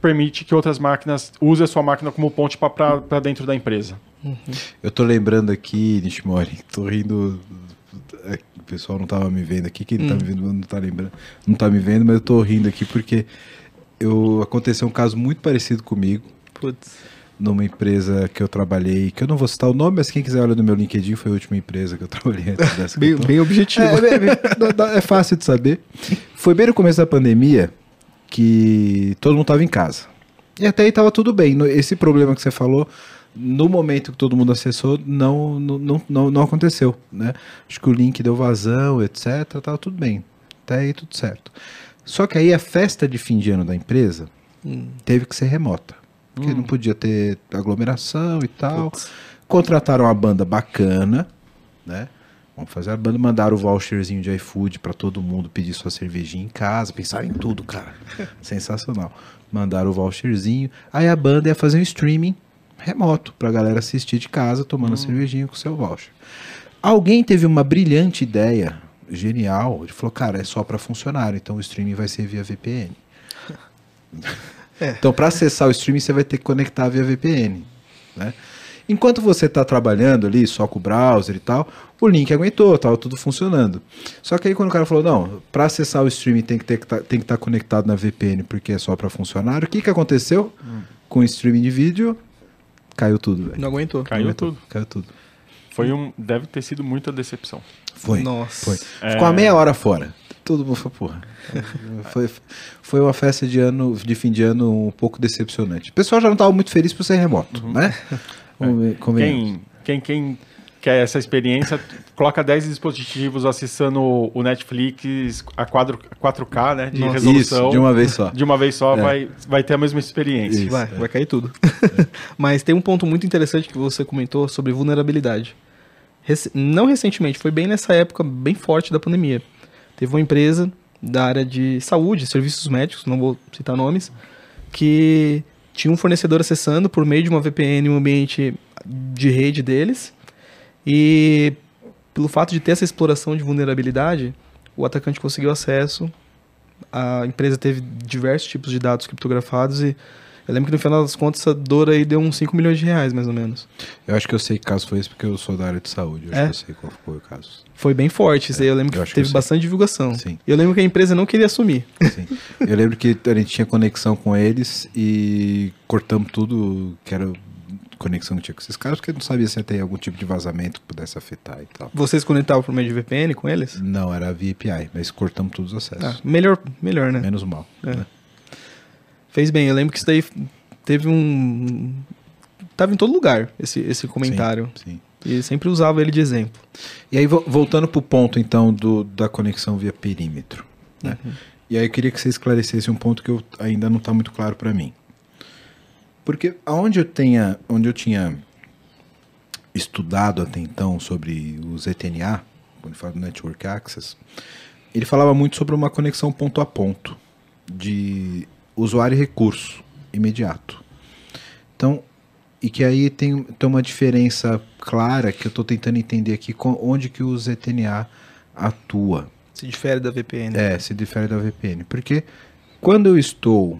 permite que outras máquinas usem a sua máquina como ponte para dentro da empresa. Eu tô lembrando aqui, Nishimori, tô rindo. O pessoal não tava me vendo aqui, quem tá me vendo não tá lembrando, não tá me vendo, mas eu tô rindo aqui porque aconteceu um caso muito parecido comigo. Putz. Numa empresa que eu trabalhei, que eu não vou citar o nome, mas quem quiser olhar no meu LinkedIn, foi a última empresa que eu trabalhei antes dessa. Bem objetivo. É fácil de saber. Foi bem no começo da pandemia que todo mundo tava em casa. E até aí tava tudo bem. Esse problema que você falou, no momento que todo mundo acessou, não aconteceu, né? Acho que o link deu vazão, etc. Tava tudo bem. Até aí tudo certo. Só que aí a festa de fim de ano da empresa teve que ser remota. Porque não podia ter aglomeração e tal. Putz. Contrataram uma banda bacana, né? Vamos fazer a banda, mandaram o voucherzinho de iFood pra todo mundo pedir sua cervejinha em casa. Pensaram em tudo, cara. Sensacional. Mandaram o voucherzinho. Aí a banda ia fazer um streaming remoto pra galera assistir de casa, tomando a cervejinha com o seu voucher. Alguém teve uma brilhante ideia, genial. Ele falou, cara, é só pra funcionário, então o streaming vai ser via VPN. Então, para acessar o streaming, você vai ter que conectar via VPN, né? Enquanto você está trabalhando ali, só com o browser e tal, o link aguentou, estava tudo funcionando. Só que aí quando o cara falou, não, para acessar o streaming tem que estar conectado na VPN, porque é só para funcionário, o que aconteceu com o streaming de vídeo? Caiu tudo, velho. Não aguentou. Caiu tudo. Caiu tudo. Deve ter sido muita decepção. Foi. Nossa. Foi. Ficou a meia hora fora. Todo mundo foi, porra. Foi uma festa de fim de ano um pouco decepcionante. O pessoal já não estava muito feliz por ser remoto, né? Quem quer essa experiência, coloca 10 dispositivos acessando o Netflix a 4K, né? De resolução. Isso, de uma vez só. De uma vez só vai ter a mesma experiência. Isso. Vai cair tudo. Mas tem um ponto muito interessante que você comentou sobre vulnerabilidade. Não recentemente, foi bem nessa época bem forte da pandemia. Teve uma empresa da área de saúde, serviços médicos, não vou citar nomes, que tinha um fornecedor acessando por meio de uma VPN um ambiente de rede deles, e pelo fato de ter essa exploração de vulnerabilidade, o atacante conseguiu acesso, a empresa teve diversos tipos de dados criptografados e eu lembro que no final das contas essa dor aí deu uns 5 milhões de reais, mais ou menos. Eu acho que eu sei que caso foi esse porque eu sou da área de saúde. Eu acho que eu sei qual foi o caso. Foi bem forte, isso aí eu lembro que teve bastante divulgação. Sim. E eu lembro que a empresa não queria assumir. Sim. Eu lembro que a gente tinha conexão com eles e cortamos tudo que era conexão que tinha com esses caras, porque não sabia se ia ter algum tipo de vazamento que pudesse afetar e tal. Vocês conectavam por meio de VPN com eles? Não, era via API, mas cortamos todos os acessos. Melhor, né? Menos mal. Né? Fez bem, eu lembro que isso daí teve tava em todo lugar, esse comentário. Sim. E sempre usava ele de exemplo. E aí, voltando pro ponto, então, da conexão via perímetro. Né? E aí eu queria que você esclarecesse um ponto que ainda não está muito claro para mim. Porque onde eu tinha estudado até então sobre os ETNA, quando ele fala do Network Access, ele falava muito sobre uma conexão ponto a ponto, de usuário e recurso imediato. Então, e que aí tem uma diferença clara que eu estou tentando entender aqui, onde que o ZTNA atua. Se difere da VPN. Se difere da VPN. Porque quando eu estou...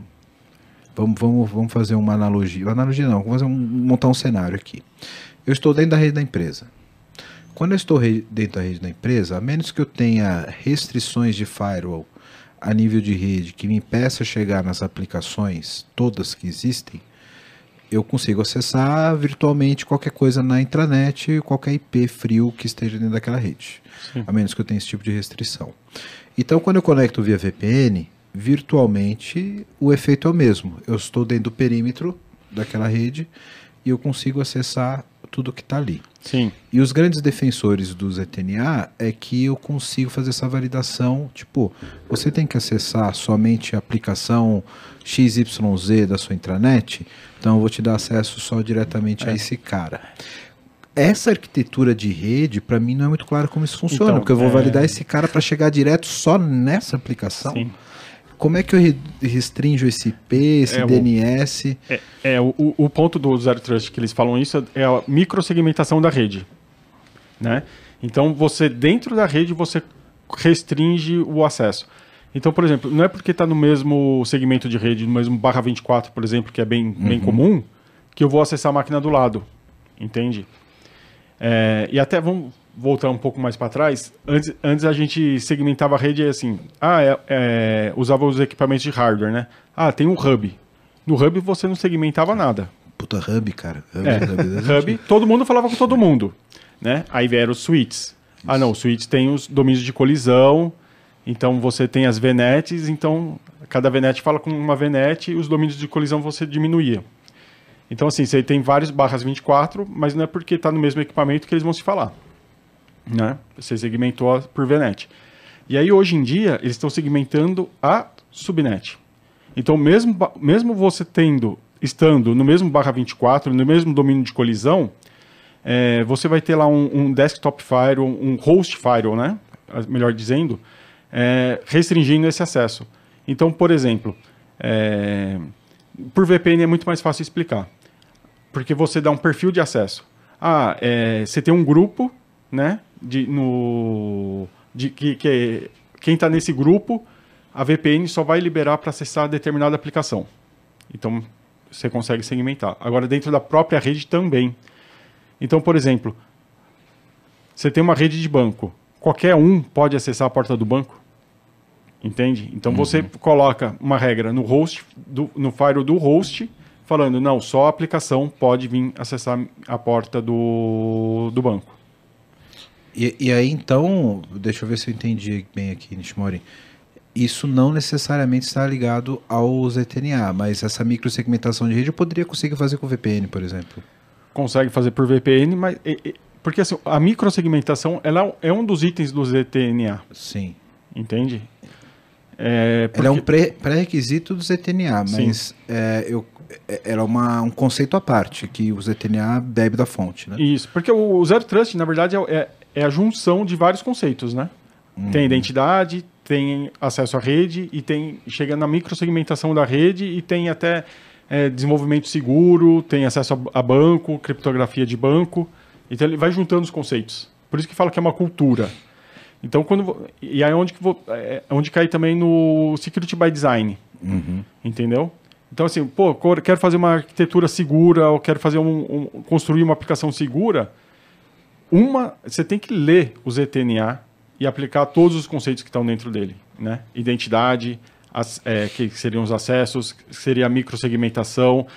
Vamos fazer uma analogia. Analogia não, vamos montar um cenário aqui. Eu estou dentro da rede da empresa. Quando eu estou dentro da rede da empresa, a menos que eu tenha restrições de firewall a nível de rede que me impeça a chegar nas aplicações todas que existem, eu consigo acessar virtualmente qualquer coisa na intranet, qualquer IP frio que esteja dentro daquela rede. Sim. A menos que eu tenha esse tipo de restrição. Então, quando eu conecto via VPN, virtualmente o efeito é o mesmo. Eu estou dentro do perímetro daquela rede e eu consigo acessar tudo que está ali. Sim. E os grandes defensores do ZTNA é que eu consigo fazer essa validação, tipo, você tem que acessar somente a aplicação XYZ da sua intranet, então eu vou te dar acesso só diretamente a esse cara. Essa arquitetura de rede, para mim, não é muito claro como isso funciona, então, porque eu vou validar esse cara para chegar direto só nessa aplicação. Sim. Como é que eu restringo esse IP, esse DNS? O ponto do Zero Trust que eles falam isso é a microsegmentação da rede, né? Então, dentro da rede, você restringe o acesso. Então, por exemplo, não é porque está no mesmo segmento de rede, no mesmo barra 24, por exemplo, que é bem comum, que eu vou acessar a máquina do lado, entende? E até vamos voltar um pouco mais para trás. Antes a gente segmentava a rede assim, usava os equipamentos de hardware, né? Tem um hub. No hub você não segmentava nada. Puta, hub, cara. Hub, todo mundo falava com todo mundo, né? Aí vieram os switches. Não, os switches tem os domínios de colisão, então você tem as VNets, então cada VNet fala com uma VNet e os domínios de colisão você diminuía. Então assim, você tem vários barras 24, mas não é porque está no mesmo equipamento que eles vão se falar, né? Você segmentou por VNet. E aí hoje em dia eles estão segmentando a subnet. Então mesmo você estando no mesmo barra 24, no mesmo domínio de colisão, você vai ter lá um desktop firewall, um host firewall, né? Melhor dizendo, restringindo esse acesso. Então, por exemplo, por VPN é muito mais fácil explicar, porque você dá um perfil de acesso. Você tem um grupo, né? Quem está nesse grupo, a VPN só vai liberar para acessar determinada aplicação. Então, você consegue segmentar. Agora, dentro da própria rede também. Então, por exemplo, você tem uma rede de banco. Qualquer um pode acessar a porta do banco. Entende? Então, você coloca uma regra no host, no firewall do host, falando, não, só a aplicação pode vir acessar a porta do banco. E aí, então, deixa eu ver se eu entendi bem aqui, Nishimori. Isso não necessariamente está ligado ao ZTNA, mas essa microsegmentação de rede eu poderia conseguir fazer com VPN, por exemplo. Consegue fazer por VPN, mas porque assim, a microsegmentação ela é um dos itens do ZTNA. Sim. Entende? Ela é um pré-requisito do ZTNA, mas ela é um conceito à parte, que o ZTNA bebe da fonte, né? Isso, porque o Zero Trust, na verdade, é a junção de vários conceitos, né? Tem identidade, tem acesso à rede e chega na microsegmentação da rede e tem até desenvolvimento seguro, tem acesso a banco, criptografia de banco. Então ele vai juntando os conceitos. Por isso que fala que é uma cultura. Então e aí onde cai também no Security by Design. Entendeu? Então assim, quero fazer uma arquitetura segura, ou quero fazer construir uma aplicação segura. Você tem que ler o ZTNA e aplicar todos os conceitos que estão dentro dele, né? Identidade, que seriam os acessos, seria a microsegmentação,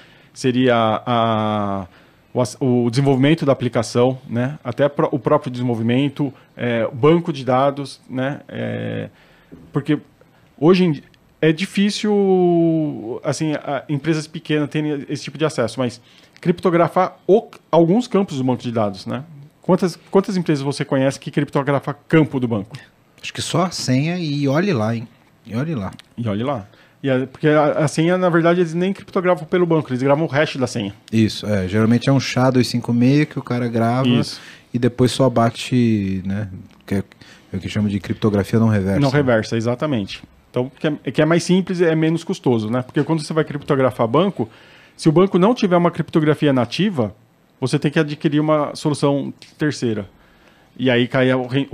seria o desenvolvimento da aplicação, né? Até o próprio desenvolvimento, banco de dados, né? Porque hoje em dia é difícil, assim, empresas pequenas terem esse tipo de acesso, mas criptografar alguns campos do banco de dados, né? Quantas empresas você conhece que criptografa campo do banco? Acho que só a senha e olhe lá, hein? E olhe lá. Porque a senha, na verdade, eles nem criptografam pelo banco, eles gravam o hash da senha. Isso, geralmente é um SHA-256 que o cara grava. Isso. E depois só bate, né? Que é o que chama de criptografia não reversa. Não reversa, exatamente. Então, que é mais simples e é menos custoso, né? Porque quando você vai criptografar banco, se o banco não tiver uma criptografia nativa, você tem que adquirir uma solução terceira. E aí cai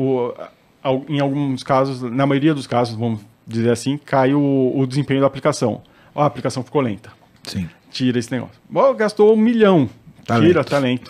em alguns casos, na maioria dos casos, vamos dizer assim, cai o desempenho da aplicação. A aplicação ficou lenta. Sim. Tira esse negócio. Gastou 1 milhão. Tira, tá lento.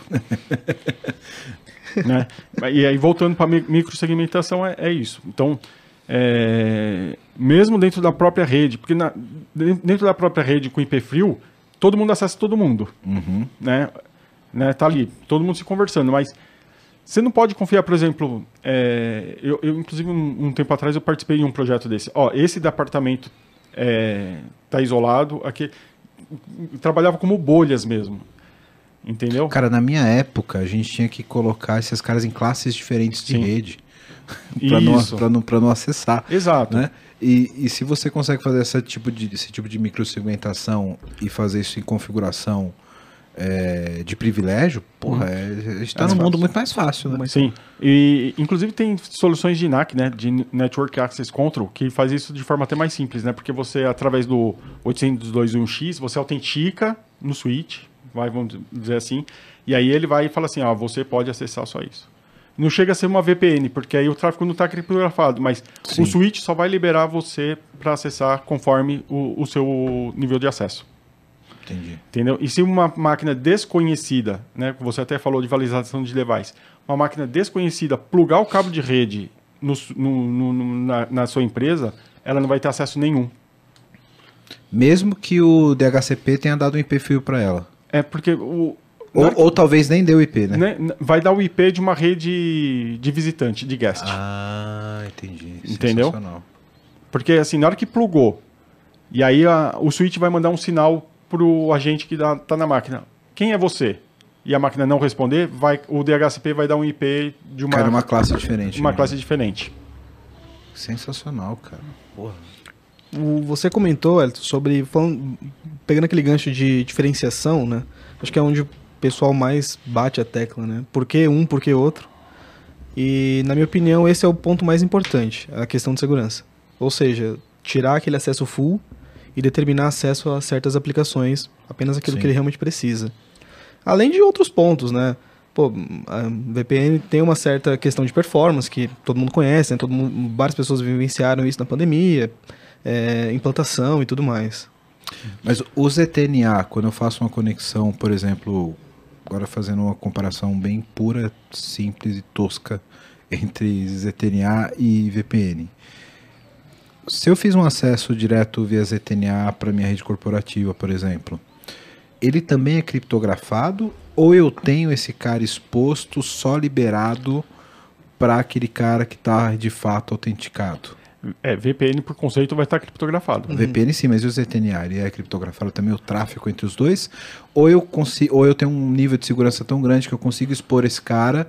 Né? E aí, voltando para a microsegmentação, é isso. Então, mesmo dentro da própria rede, porque dentro da própria rede com IP frio, todo mundo acessa todo mundo. Né? Tá ali, todo mundo se conversando, mas você não pode confiar, por exemplo, eu inclusive um tempo atrás eu participei de um projeto desse. Esse departamento tá isolado, aqui trabalhava como bolhas mesmo, entendeu? Cara, na minha época a gente tinha que colocar esses caras em classes diferentes de rede para não acessar. Exato. Né? E se você consegue fazer esse tipo de microsegmentação e fazer isso em configuração de privilégio, a gente está num mundo muito mais fácil, né? Sim, e inclusive tem soluções de NAC, né, de Network Access Control, que faz isso de forma até mais simples, né, porque você, através do 802.1x, você autentica no switch, vamos dizer assim, e aí ele vai e fala assim, você pode acessar só isso. Não chega a ser uma VPN, porque aí o tráfego não está criptografado, mas Sim. o switch só vai liberar você para acessar conforme o seu nível de acesso. Entendi. Entendeu? E se uma máquina desconhecida, né, você até falou de validação de device, uma máquina desconhecida plugar o cabo de rede na sua empresa, ela não vai ter acesso nenhum. Mesmo que o DHCP tenha dado um IP fio para ela. É porque Ou talvez nem deu IP, né? vai dar o IP de uma rede de visitante, de guest. Ah, entendi. Entendeu? Sensacional. Porque assim, na hora que plugou, e aí o switch vai mandar um sinal pro agente que tá na máquina. Quem é você? E a máquina não responder, o DHCP vai dar um IP de Cara, uma classe diferente. uma né? classe diferente. Sensacional, cara. Porra. Você comentou, Elton, sobre... pegando aquele gancho de diferenciação, né? Acho que é onde o pessoal mais bate a tecla, né? Por que um, por que outro? E, na minha opinião, esse é o ponto mais importante, a questão de segurança. Ou seja, tirar aquele acesso full e determinar acesso a certas aplicações, apenas aquilo Sim. que ele realmente precisa. Além de outros pontos, né? Pô, a VPN tem uma certa questão de performance que todo mundo conhece, né? Várias pessoas vivenciaram isso na pandemia, implantação e tudo mais. Mas o ZTNA, quando eu faço uma conexão, por exemplo, agora fazendo uma comparação bem pura, simples e tosca entre ZTNA e VPN. Se eu fiz um acesso direto via ZTNA para minha rede corporativa, por exemplo, ele também é criptografado ou eu tenho esse cara exposto, só liberado para aquele cara que está de fato autenticado? VPN por conceito vai estar criptografado. VPN sim, mas e o ZTNA? Ele é criptografado também, o tráfego entre os dois? Ou eu tenho um nível de segurança tão grande que eu consigo expor esse cara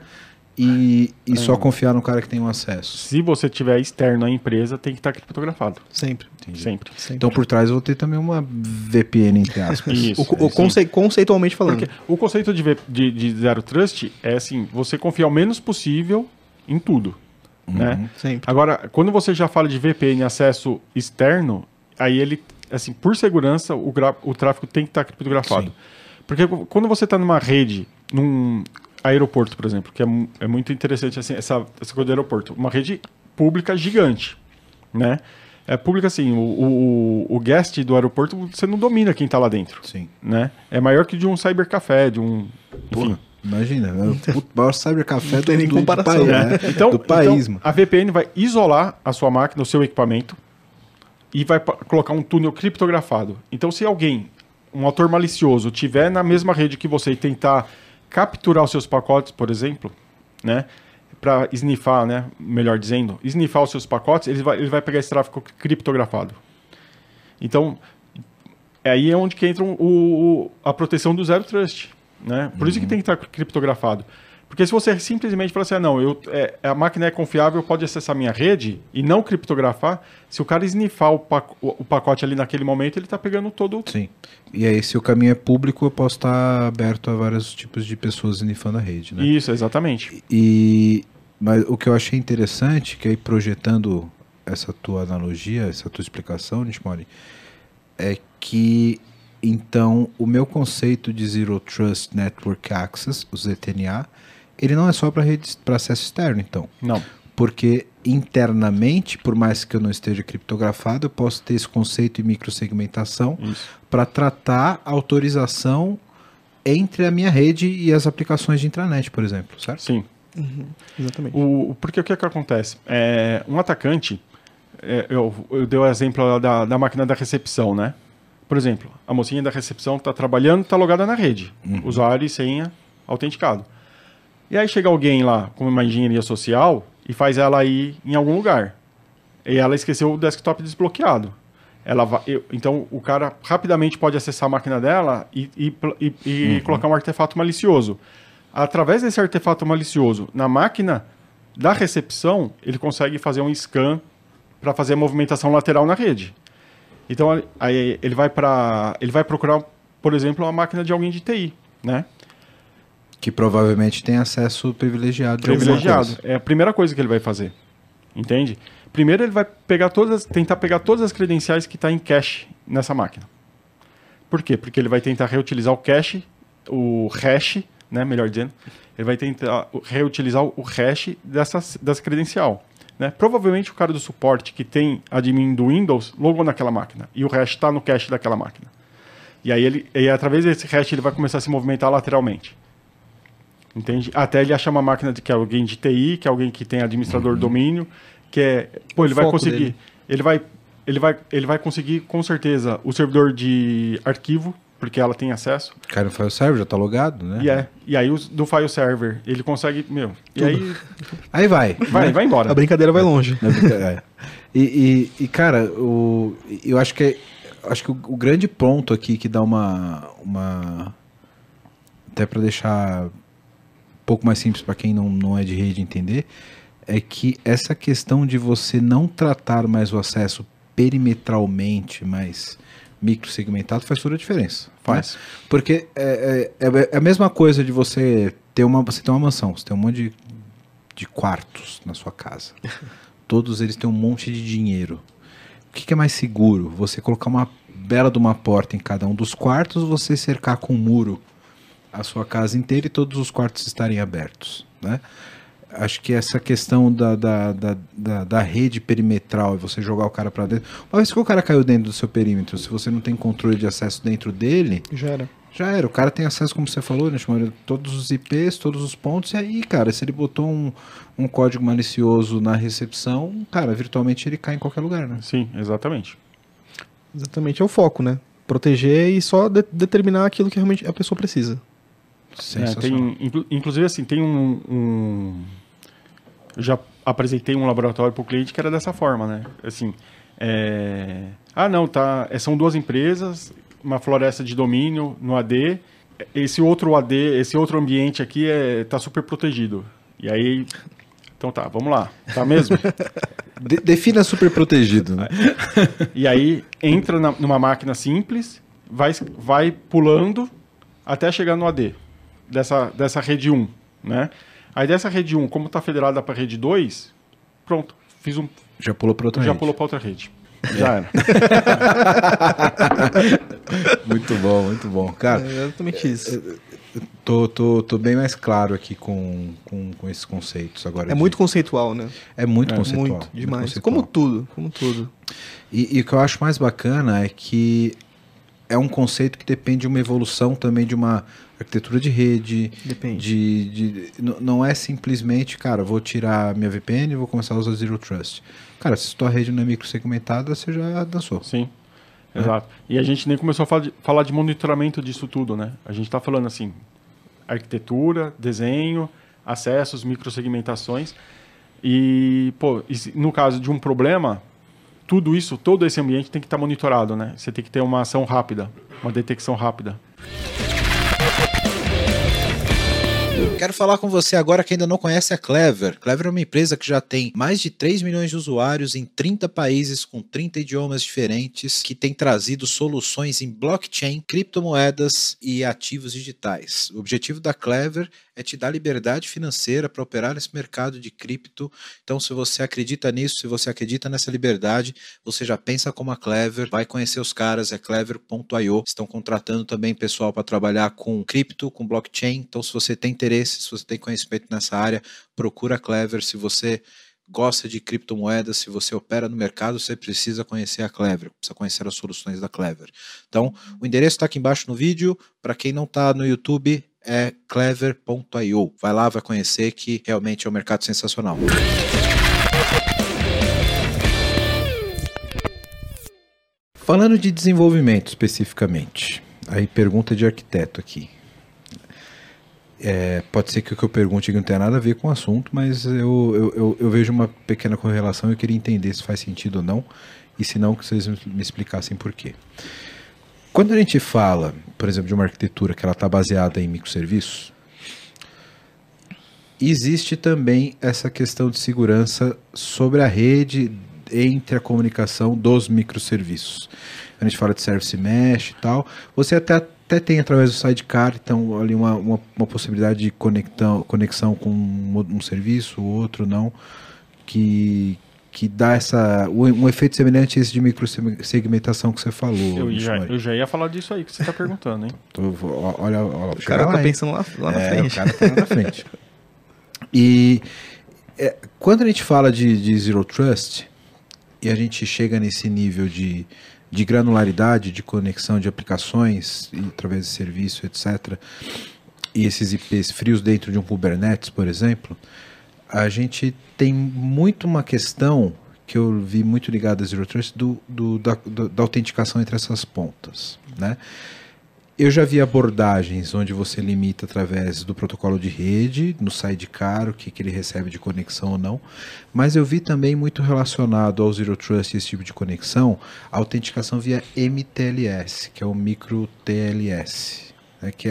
e só confiar no cara que tem um acesso? Se você tiver externo à empresa, tem que estar criptografado. Sempre. Sempre. Então por trás eu vou ter também uma VPN, entre aspas. Isso. Conceitualmente falando. Porque o conceito de Zero Trust é assim, você confia o menos possível em tudo. Né? Sempre. Agora, quando você já fala de VPN acesso externo, aí ele, assim, por segurança, o tráfego tem que estar criptografado. Sim. Porque quando você está numa rede, num aeroporto, por exemplo, que é muito interessante assim, essa coisa do aeroporto, uma rede pública gigante, né? É pública assim, o guest do aeroporto, você não domina quem está lá dentro. Sim. Né? É maior que de um cybercafé, de um... Enfim. Porra, imagina, o maior cybercafé tem nem do comparação, país, né? né? Então, do país, mano. a VPN vai isolar a sua máquina, o seu equipamento, e vai colocar um túnel criptografado. Então, se alguém, um autor malicioso, tiver na mesma rede que você e tentar capturar os seus pacotes, por exemplo, né, para snifar, né, melhor dizendo, snifar os seus pacotes, ele vai pegar esse tráfego criptografado. Então, aí é onde que entra a proteção do Zero Trust. Né? Por isso que tem que estar criptografado. Porque se você simplesmente falar assim, a máquina é confiável, pode acessar minha rede e não criptografar, se o cara snifar o pacote ali naquele momento, ele está pegando todo... Sim. E aí, se o caminho é público, eu posso estar aberto a vários tipos de pessoas snifando a rede, né? Isso, exatamente. Mas o que eu achei interessante, que aí projetando essa tua analogia, essa tua explicação, Nishimori, é que então o meu conceito de Zero Trust Network Access, o ZTNA, ele não é só para acesso externo, então. Não. Porque internamente, por mais que eu não esteja criptografado, eu posso ter esse conceito de microsegmentação para tratar a autorização entre a minha rede e as aplicações de intranet, por exemplo, certo? Sim. Exatamente. Porque o que acontece? Um atacante, eu dei o exemplo da máquina da recepção, né? Por exemplo, a mocinha da recepção está trabalhando, está logada na rede. Usuário e senha autenticado. E aí chega alguém lá com uma engenharia social e faz ela ir em algum lugar. E ela esqueceu o desktop desbloqueado. Então o cara rapidamente pode acessar a máquina dela e colocar um artefato malicioso. Através desse artefato malicioso, na máquina da recepção, ele consegue fazer um scan para fazer a movimentação lateral na rede. Então aí ele vai procurar, por exemplo, a máquina de alguém de TI, né? Que provavelmente tem acesso privilegiado. De alguma coisa. É a primeira coisa que ele vai fazer. Entende? Primeiro ele vai tentar pegar todas as credenciais que está em cache nessa máquina. Por quê? Porque ele vai tentar reutilizar o cache, o hash né, melhor dizendo, ele vai tentar reutilizar o hash dessa credencial. Né? Provavelmente o cara do suporte que tem admin do Windows logou naquela máquina e o hash está no cache daquela máquina. E aí através desse hash ele vai começar a se movimentar lateralmente. Entende? Até ele achar uma máquina que é alguém de TI, que é alguém que tem administrador domínio, que é, ele vai conseguir, ele vai conseguir com certeza o servidor de arquivo, porque ela tem acesso. Cai no file server, já tá logado, né? E aí do file server, ele consegue, e aí... Aí vai embora. A brincadeira vai longe. E cara, eu acho que o grande ponto aqui que dá uma até para deixar um pouco mais simples para quem não é de rede entender, é que essa questão de você não tratar mais o acesso perimetralmente, mas microsegmentado, faz toda a diferença. Faz. Né? Porque é a mesma coisa de você ter uma mansão, você tem um monte de quartos na sua casa. Todos eles têm um monte de dinheiro. O que é mais seguro? Você colocar uma bela de uma porta em cada um dos quartos, você cercar com um muro a sua casa inteira e todos os quartos estarem abertos, né? Acho que essa questão da rede perimetral, você jogar o cara para dentro. Uma vez que o cara caiu dentro do seu perímetro, se você não tem controle de acesso dentro dele, já era. O cara tem acesso, como você falou, né, todos os IPs, todos os pontos, e aí, cara, se ele botou um código malicioso na recepção, cara, virtualmente ele cai em qualquer lugar, né? Sim, exatamente. Exatamente, é o foco, né? Proteger e só determinar aquilo que realmente a pessoa precisa. Inclusive, assim, tem eu já apresentei um laboratório para o cliente que era dessa forma, né? Assim, são duas empresas, uma floresta de domínio no AD, esse outro ambiente aqui está super protegido. E aí, então tá, vamos lá, tá mesmo? Defina super protegido, né? E aí, entra numa máquina simples, vai pulando até chegar no AD, dessa rede 1, né? Aí dessa rede 1, como está federada para a rede 2, pronto, já pulou para outra rede. Já pulou para outra rede. Já era. Muito bom. Cara, é exatamente isso. Tô bem mais claro aqui com esses conceitos agora. Muito conceitual, né? É muito conceitual. Muito, demais. Muito conceitual. Como tudo. E o que eu acho mais bacana é que é um conceito que depende de uma evolução também de uma arquitetura de rede. Depende. Não é simplesmente, cara, vou tirar minha VPN e vou começar a usar Zero Trust. Cara, se tua rede não é microsegmentada, você já dançou. Sim, exato. E a gente nem começou a falar de monitoramento disso tudo, né? A gente está falando assim, arquitetura, desenho, acessos, microsegmentações. E, no caso de um problema, tudo isso, todo esse ambiente tem que estar monitorado, né? Você tem que ter uma ação rápida, uma detecção rápida. Quero falar com você agora que ainda não conhece a Clever. Clever é uma empresa que já tem mais de 3 milhões de usuários em 30 países com 30 idiomas diferentes, que tem trazido soluções em blockchain, criptomoedas e ativos digitais. O objetivo da Clever é te dar liberdade financeira para operar nesse mercado de cripto. Então, se você acredita nisso, se você acredita nessa liberdade, você já pensa como a Clever, vai conhecer os caras, é clever.io. Estão contratando também pessoal para trabalhar com cripto, com blockchain. Então, se você tem interesse, se você tem conhecimento nessa área, procura a Clever. Se você gosta de criptomoedas, se você opera no mercado, você precisa conhecer a Clever, precisa conhecer as soluções da Clever. Então, o endereço está aqui embaixo no vídeo. Para quem não está no YouTube, é clever.io. Vai lá, vai conhecer, que realmente é um mercado sensacional. Falando de desenvolvimento especificamente, aí pergunta de arquiteto aqui. Pode ser que o que eu pergunte não tenha nada a ver com o assunto, mas eu vejo uma pequena correlação e eu queria entender se faz sentido ou não, e se não, que vocês me explicassem por quê. Quando a gente fala, por exemplo, de uma arquitetura que ela está baseada em microserviços, existe também essa questão de segurança sobre a rede entre a comunicação dos microserviços. A gente fala de service mesh e tal. Você até tem através do sidecar, então, ali uma possibilidade de conexão com um serviço, o outro não, que que dá um efeito semelhante a esse de microsegmentação que você falou. Eu já ia falar disso aí que você está perguntando, hein? Olha, o cara tá pensando lá na frente. O cara tá lá na frente. E quando a gente fala de Zero Trust, e a gente chega nesse nível de granularidade, de conexão de aplicações, através de serviço, etc., e esses IPs frios dentro de um Kubernetes, por exemplo, a gente tem muito uma questão que eu vi muito ligada a Zero Trust da autenticação entre essas pontas, né? Eu já vi abordagens onde você limita através do protocolo de rede, no sidecar, o que ele recebe de conexão ou não, mas eu vi também muito relacionado ao Zero Trust e esse tipo de conexão, a autenticação via MTLS, que é o micro TLS, né, que é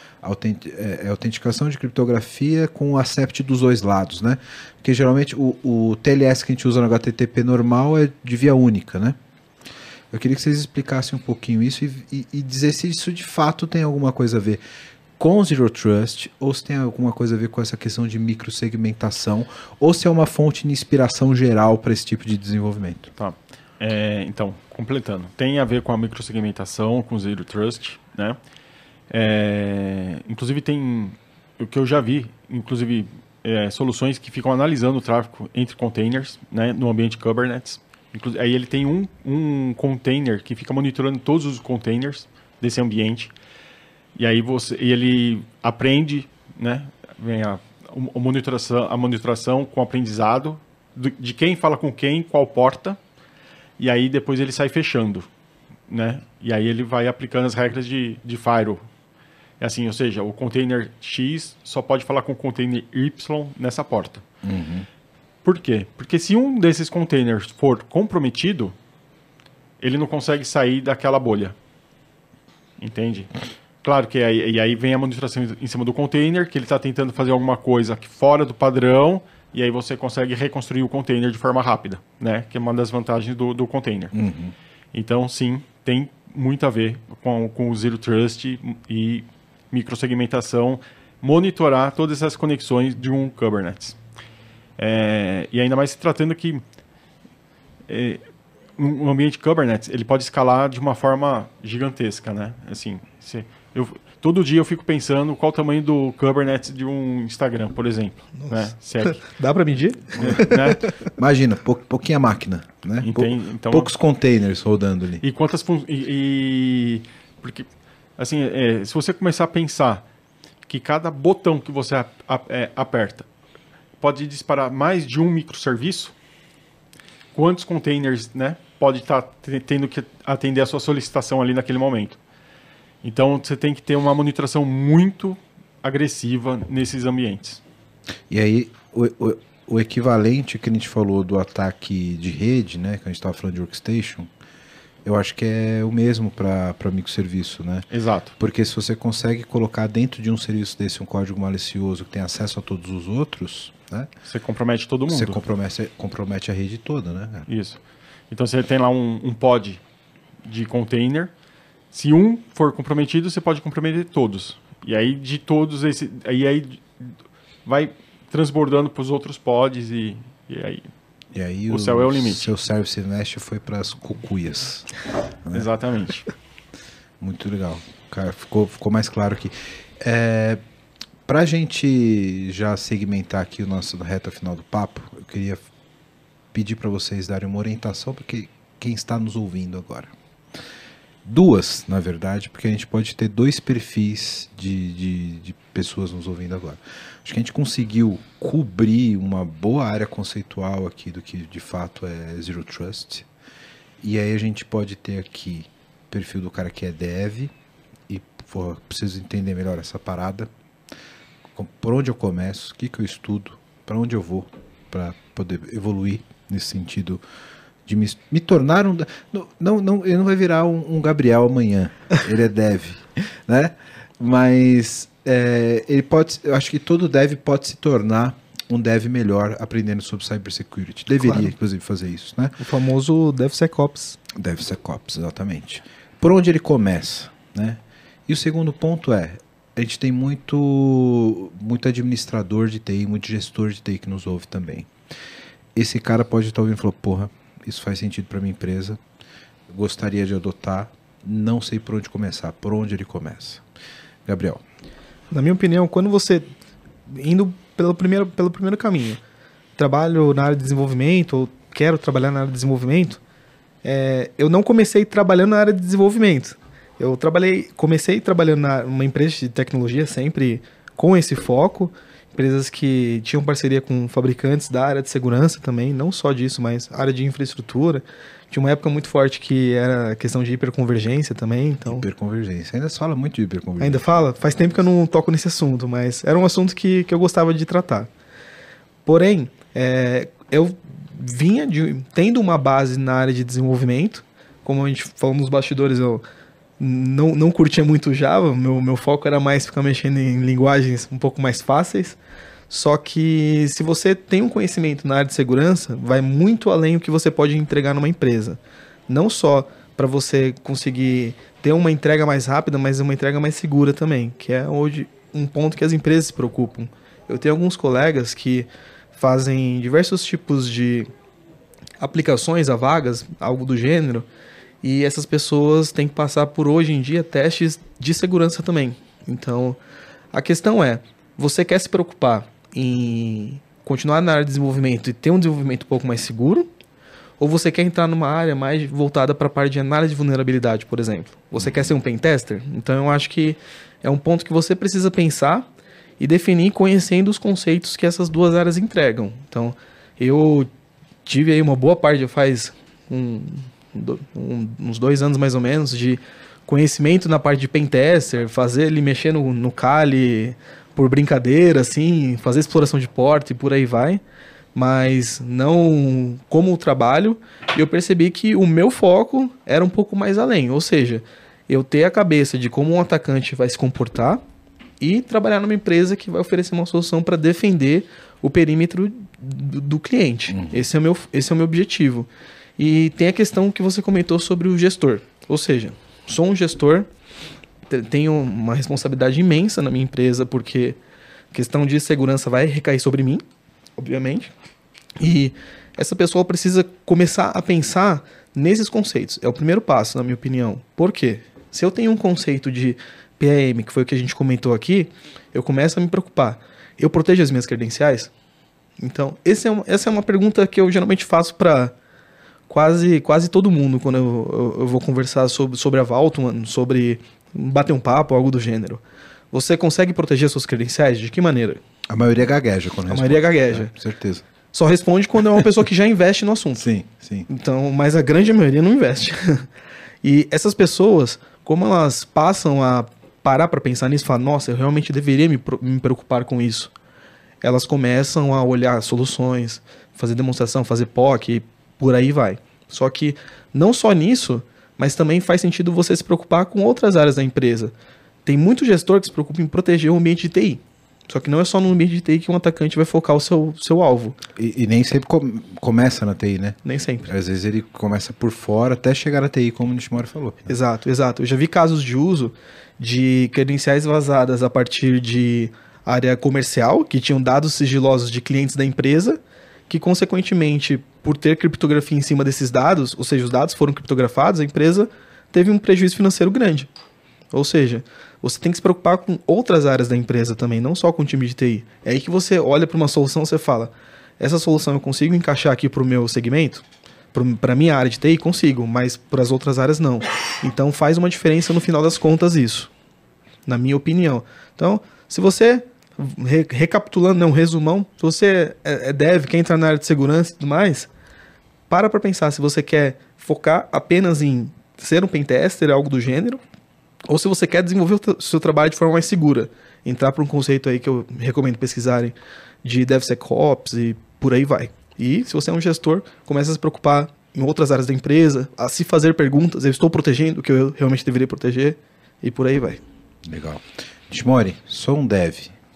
a autenticação de criptografia com o accept dos dois lados, né? Porque geralmente o TLS que a gente usa no HTTP normal é de via única, né? Eu queria que vocês explicassem um pouquinho isso e dizer se isso de fato tem alguma coisa a ver com Zero Trust, ou se tem alguma coisa a ver com essa questão de microsegmentação, ou se é uma fonte de inspiração geral para esse tipo de desenvolvimento. Tá. Então, completando. Tem a ver com a microsegmentação, com Zero Trust, né? Inclusive tem o que eu já vi, inclusive soluções que ficam analisando o tráfego entre containers, né, no ambiente Kubernetes. Aí ele tem um container que fica monitorando todos os containers desse ambiente. E aí ele aprende, né, vem a monitoração com aprendizado de quem fala com quem, qual porta. E aí depois ele sai fechando, né? E aí ele vai aplicando as regras de firewall. Assim, ou seja, o container X só pode falar com o container Y nessa porta. Uhum. Por quê? Porque se um desses containers for comprometido, ele não consegue sair daquela bolha. Entende? Claro que aí vem a monitoração em cima do container, que ele está tentando fazer alguma coisa fora do padrão, e aí você consegue reconstruir o container de forma rápida, né? Que é uma das vantagens do container. Uhum. Então, sim, tem muito a ver com o Zero Trust e microsegmentação, monitorar todas essas conexões de um Kubernetes. E ainda mais se tratando que um ambiente Kubernetes ele pode escalar de uma forma gigantesca, né? Assim, todo dia eu fico pensando qual o tamanho do Kubernetes de um Instagram, por exemplo. Né? Dá para medir? Né? Imagina, pouquinha máquina, né? Então, poucos containers rodando ali. E quantas porque assim, se você começar a pensar que cada botão que você aperta pode disparar mais de um microserviço, quantos containers, né, pode estar tendo que atender a sua solicitação ali naquele momento. Então, você tem que ter uma monitoração muito agressiva nesses ambientes. E aí, o equivalente que a gente falou do ataque de rede, né, que a gente estava falando de workstation, eu acho que é o mesmo para microserviço, né? Exato. Porque se você consegue colocar dentro de um serviço desse um código malicioso que tem acesso a todos os outros, né? Você compromete todo mundo. Você compromete a rede toda, né, cara? Isso. Então você tem lá um pod de container. Se um for comprometido, você pode comprometer todos. E aí de todos aí vai transbordando para os outros pods e aí o céu é o limite. Seu service mesh foi para as cucuias. Né? Exatamente. Muito legal. Cara, ficou mais claro aqui. Para a gente já segmentar aqui o nosso reta final do papo, eu queria pedir para vocês darem uma orientação para quem está nos ouvindo agora. Duas, na verdade, porque a gente pode ter dois perfis de pessoas nos ouvindo agora. Acho que a gente conseguiu cobrir uma boa área conceitual aqui do que de fato é Zero Trust. E aí a gente pode ter aqui o perfil do cara que é dev e preciso entender melhor essa parada. Por onde eu começo, o que eu estudo, para onde eu vou para poder evoluir nesse sentido de me tornar um... ele não vai virar um Gabriel amanhã, ele é dev, né? Mas ele pode, eu acho que todo dev pode se tornar um dev melhor aprendendo sobre cybersecurity. Deveria, inclusive, fazer isso, né? O famoso DevSecOps. DevSecOps, exatamente. Por onde ele começa, né? E o segundo ponto a gente tem muito administrador de TI, muito gestor de TI que nos ouve também. esse cara pode estar ouvindo e falar, porra, isso faz sentido para minha empresa, gostaria de adotar, não sei por onde começar, por onde ele começa? Gabriel. Na minha opinião, quando você, indo pelo primeiro caminho, trabalho na área de desenvolvimento, ou quero trabalhar na área de desenvolvimento, eu não comecei trabalhando na área de desenvolvimento. Eu comecei trabalhando numa empresa de tecnologia, sempre com esse foco, empresas que tinham parceria com fabricantes da área de segurança também, não só disso, mas área de infraestrutura. Tinha uma época muito forte que era a questão de hiperconvergência também. Então... Hiperconvergência. Ainda se fala muito de hiperconvergência. Ainda fala? Faz tempo que eu não toco nesse assunto, mas era um assunto que eu gostava de tratar. Porém, eu vinha tendo uma base na área de desenvolvimento. Como a gente falou nos bastidores, eu não curtia muito Java. Meu foco era mais ficar mexendo em linguagens um pouco mais fáceis. Só que se você tem um conhecimento na área de segurança, vai muito além do que você pode entregar numa empresa. Não só para você conseguir ter uma entrega mais rápida, mas uma entrega mais segura também, que é hoje um ponto que as empresas se preocupam. Eu tenho alguns colegas que fazem diversos tipos de aplicações a vagas, algo do gênero, e essas pessoas têm que passar por, hoje em dia, testes de segurança também. Então, a questão é, você quer se preocupar em continuar na área de desenvolvimento e ter um desenvolvimento um pouco mais seguro? Ou você quer entrar numa área mais voltada para a parte de análise de vulnerabilidade, por exemplo? Você quer ser um pen tester? Então eu acho que é um ponto que você precisa pensar e definir conhecendo os conceitos que essas duas áreas entregam. Então eu tive aí uma boa parte, faz uns 2 anos mais ou menos, de conhecimento na parte de pen tester, fazer ele mexer no Kali por brincadeira, assim, fazer exploração de porta e por aí vai, mas não como trabalho. Eu percebi que o meu foco era um pouco mais além, ou seja, eu ter a cabeça de como um atacante vai se comportar e trabalhar numa empresa que vai oferecer uma solução para defender o perímetro do cliente. Esse é o meu objetivo. E tem a questão que você comentou sobre o gestor, ou seja, sou um gestor, tenho uma responsabilidade imensa na minha empresa, porque a questão de segurança vai recair sobre mim, obviamente. E essa pessoa precisa começar a pensar nesses conceitos. É o primeiro passo, na minha opinião. Por quê? Se eu tenho um conceito de PAM, que foi o que a gente comentou aqui, eu começo a me preocupar. Eu protejo as minhas credenciais? Então, essa é uma pergunta que eu geralmente faço para quase todo mundo quando eu vou conversar sobre a Vault, sobre bater um papo, algo do gênero. Você consegue proteger suas credenciais? De que maneira? A maioria gagueja quando responde. A maioria gagueja. Com certeza. Só responde quando é uma pessoa que já investe no assunto. Sim, sim. Então, mas a grande maioria não investe. E essas pessoas, como elas passam a parar para pensar nisso, falar, nossa, eu realmente deveria me preocupar com isso. Elas começam a olhar soluções, fazer demonstração, fazer POC e por aí vai. Só que não só nisso, mas também faz sentido você se preocupar com outras áreas da empresa. Tem muito gestor que se preocupa em proteger o ambiente de TI. Só que não é só no ambiente de TI que um atacante vai focar o seu alvo. E nem sempre começa na TI, né? Nem sempre. Às vezes ele começa por fora até chegar na TI, como o Nishimori falou. Né? Exato. Eu já vi casos de uso de credenciais vazadas a partir de área comercial, que tinham dados sigilosos de clientes da empresa, que consequentemente, por ter criptografia em cima desses dados, ou seja, os dados foram criptografados, a empresa teve um prejuízo financeiro grande. Ou seja, você tem que se preocupar com outras áreas da empresa também, não só com o time de TI. É aí que você olha para uma solução e você fala, essa solução eu consigo encaixar aqui para o meu segmento? Para a minha área de TI? Consigo, mas para as outras áreas não. Então faz uma diferença no final das contas isso, na minha opinião. Então, se você, recapitulando, um resumão, se você é dev, quer entrar na área de segurança e tudo mais, para pensar se você quer focar apenas em ser um pentester, algo do gênero, ou se você quer desenvolver o seu trabalho de forma mais segura. Entrar para um conceito aí que eu recomendo pesquisarem de DevSecOps e por aí vai. E se você é um gestor, começa a se preocupar em outras áreas da empresa, a se fazer perguntas, eu estou protegendo o que eu realmente deveria proteger e por aí vai. Legal. Nishimori, sou um dev.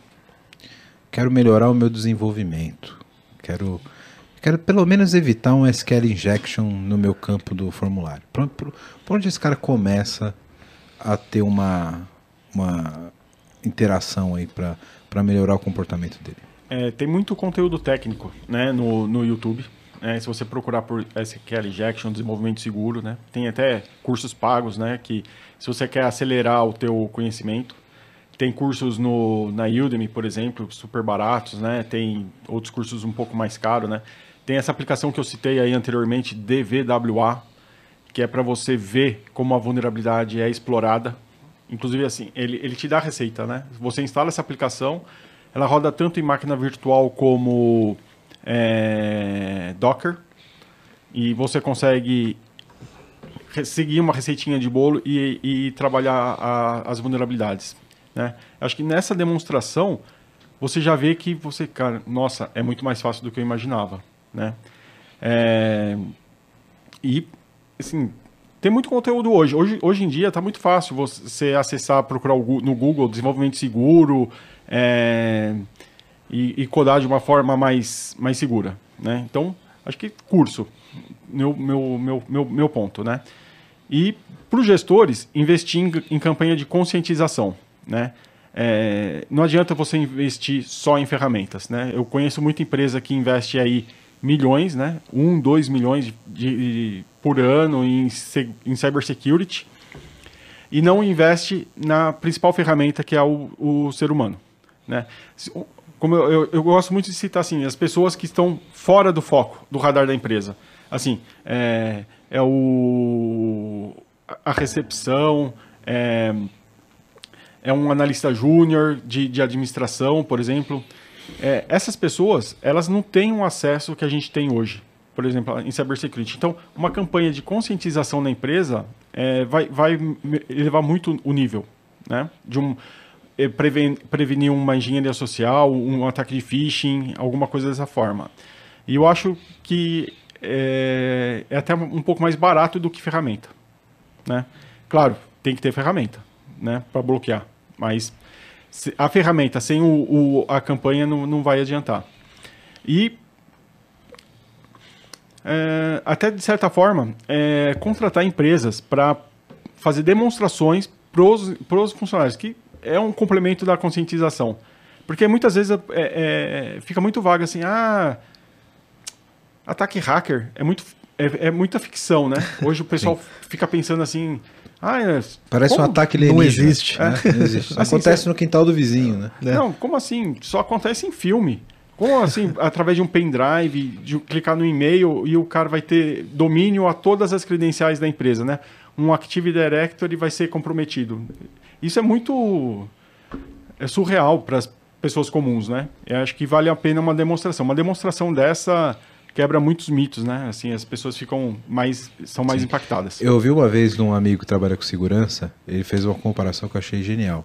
Quero melhorar o meu desenvolvimento. Quero pelo menos evitar um SQL injection no meu campo do formulário. Por onde esse cara começa a ter uma interação aí para melhorar o comportamento dele? tem muito conteúdo técnico, né, no YouTube. Se você procurar por SQL Injection, desenvolvimento seguro, né, tem até cursos pagos, né, que se você quer acelerar o teu conhecimento, tem cursos na Udemy, por exemplo, super baratos, né, tem outros cursos um pouco mais caros, né. Tem essa aplicação que eu citei aí anteriormente, DVWA, que é para você ver como a vulnerabilidade é explorada. Inclusive, assim, ele te dá a receita, né? Você instala essa aplicação, ela roda tanto em máquina virtual como Docker, e você consegue seguir uma receitinha de bolo e trabalhar as vulnerabilidades, né? Acho que nessa demonstração, você já vê que cara, nossa, é muito mais fácil do que eu imaginava, né? E, assim, tem muito conteúdo hoje. Hoje em dia está muito fácil você acessar, procurar no Google desenvolvimento seguro e codar de uma forma mais segura, né? Então, acho que curso, meu ponto, né? E para os gestores, investir em campanha de conscientização, né? Não adianta você investir só em ferramentas, né? Eu conheço muita empresa que investe aí milhões, né? 2 milhões por ano em cybersecurity e não investe na principal ferramenta que é o ser humano, né? Como eu gosto muito de citar assim, as pessoas que estão fora do foco, do radar da empresa. Assim, a recepção, um analista júnior de administração, por exemplo. Essas pessoas, elas não têm um acesso que a gente tem hoje, por exemplo, em cybersecurity. Então, uma campanha de conscientização na empresa vai elevar muito o nível, né? Prevenir uma engenharia social, um ataque de phishing, alguma coisa dessa forma. E eu acho que é até um pouco mais barato do que ferramenta, né? Claro, tem que ter ferramenta, né, para bloquear, mas a ferramenta sem a campanha não vai adiantar. E até de certa forma contratar empresas para fazer demonstrações para os funcionários, que é um complemento da conscientização. Porque muitas vezes fica muito vago assim, ataque hacker é muita ficção, né? Hoje o pessoal fica pensando assim, parece um ataque alienígena. Não existe. Né? Não existe. Assim, acontece no quintal do vizinho, né? Não, como assim? Só acontece em filme. Como assim, através de um pendrive, de clicar no e-mail e o cara vai ter domínio a todas as credenciais da empresa, né? Um Active Directory vai ser comprometido. Isso é muito surreal para as pessoas comuns, né? Eu acho que vale a pena uma demonstração. Uma demonstração dessa quebra muitos mitos, né? Assim, as pessoas são mais impactadas. Eu ouvi uma vez de um amigo que trabalha com segurança, ele fez uma comparação que eu achei genial.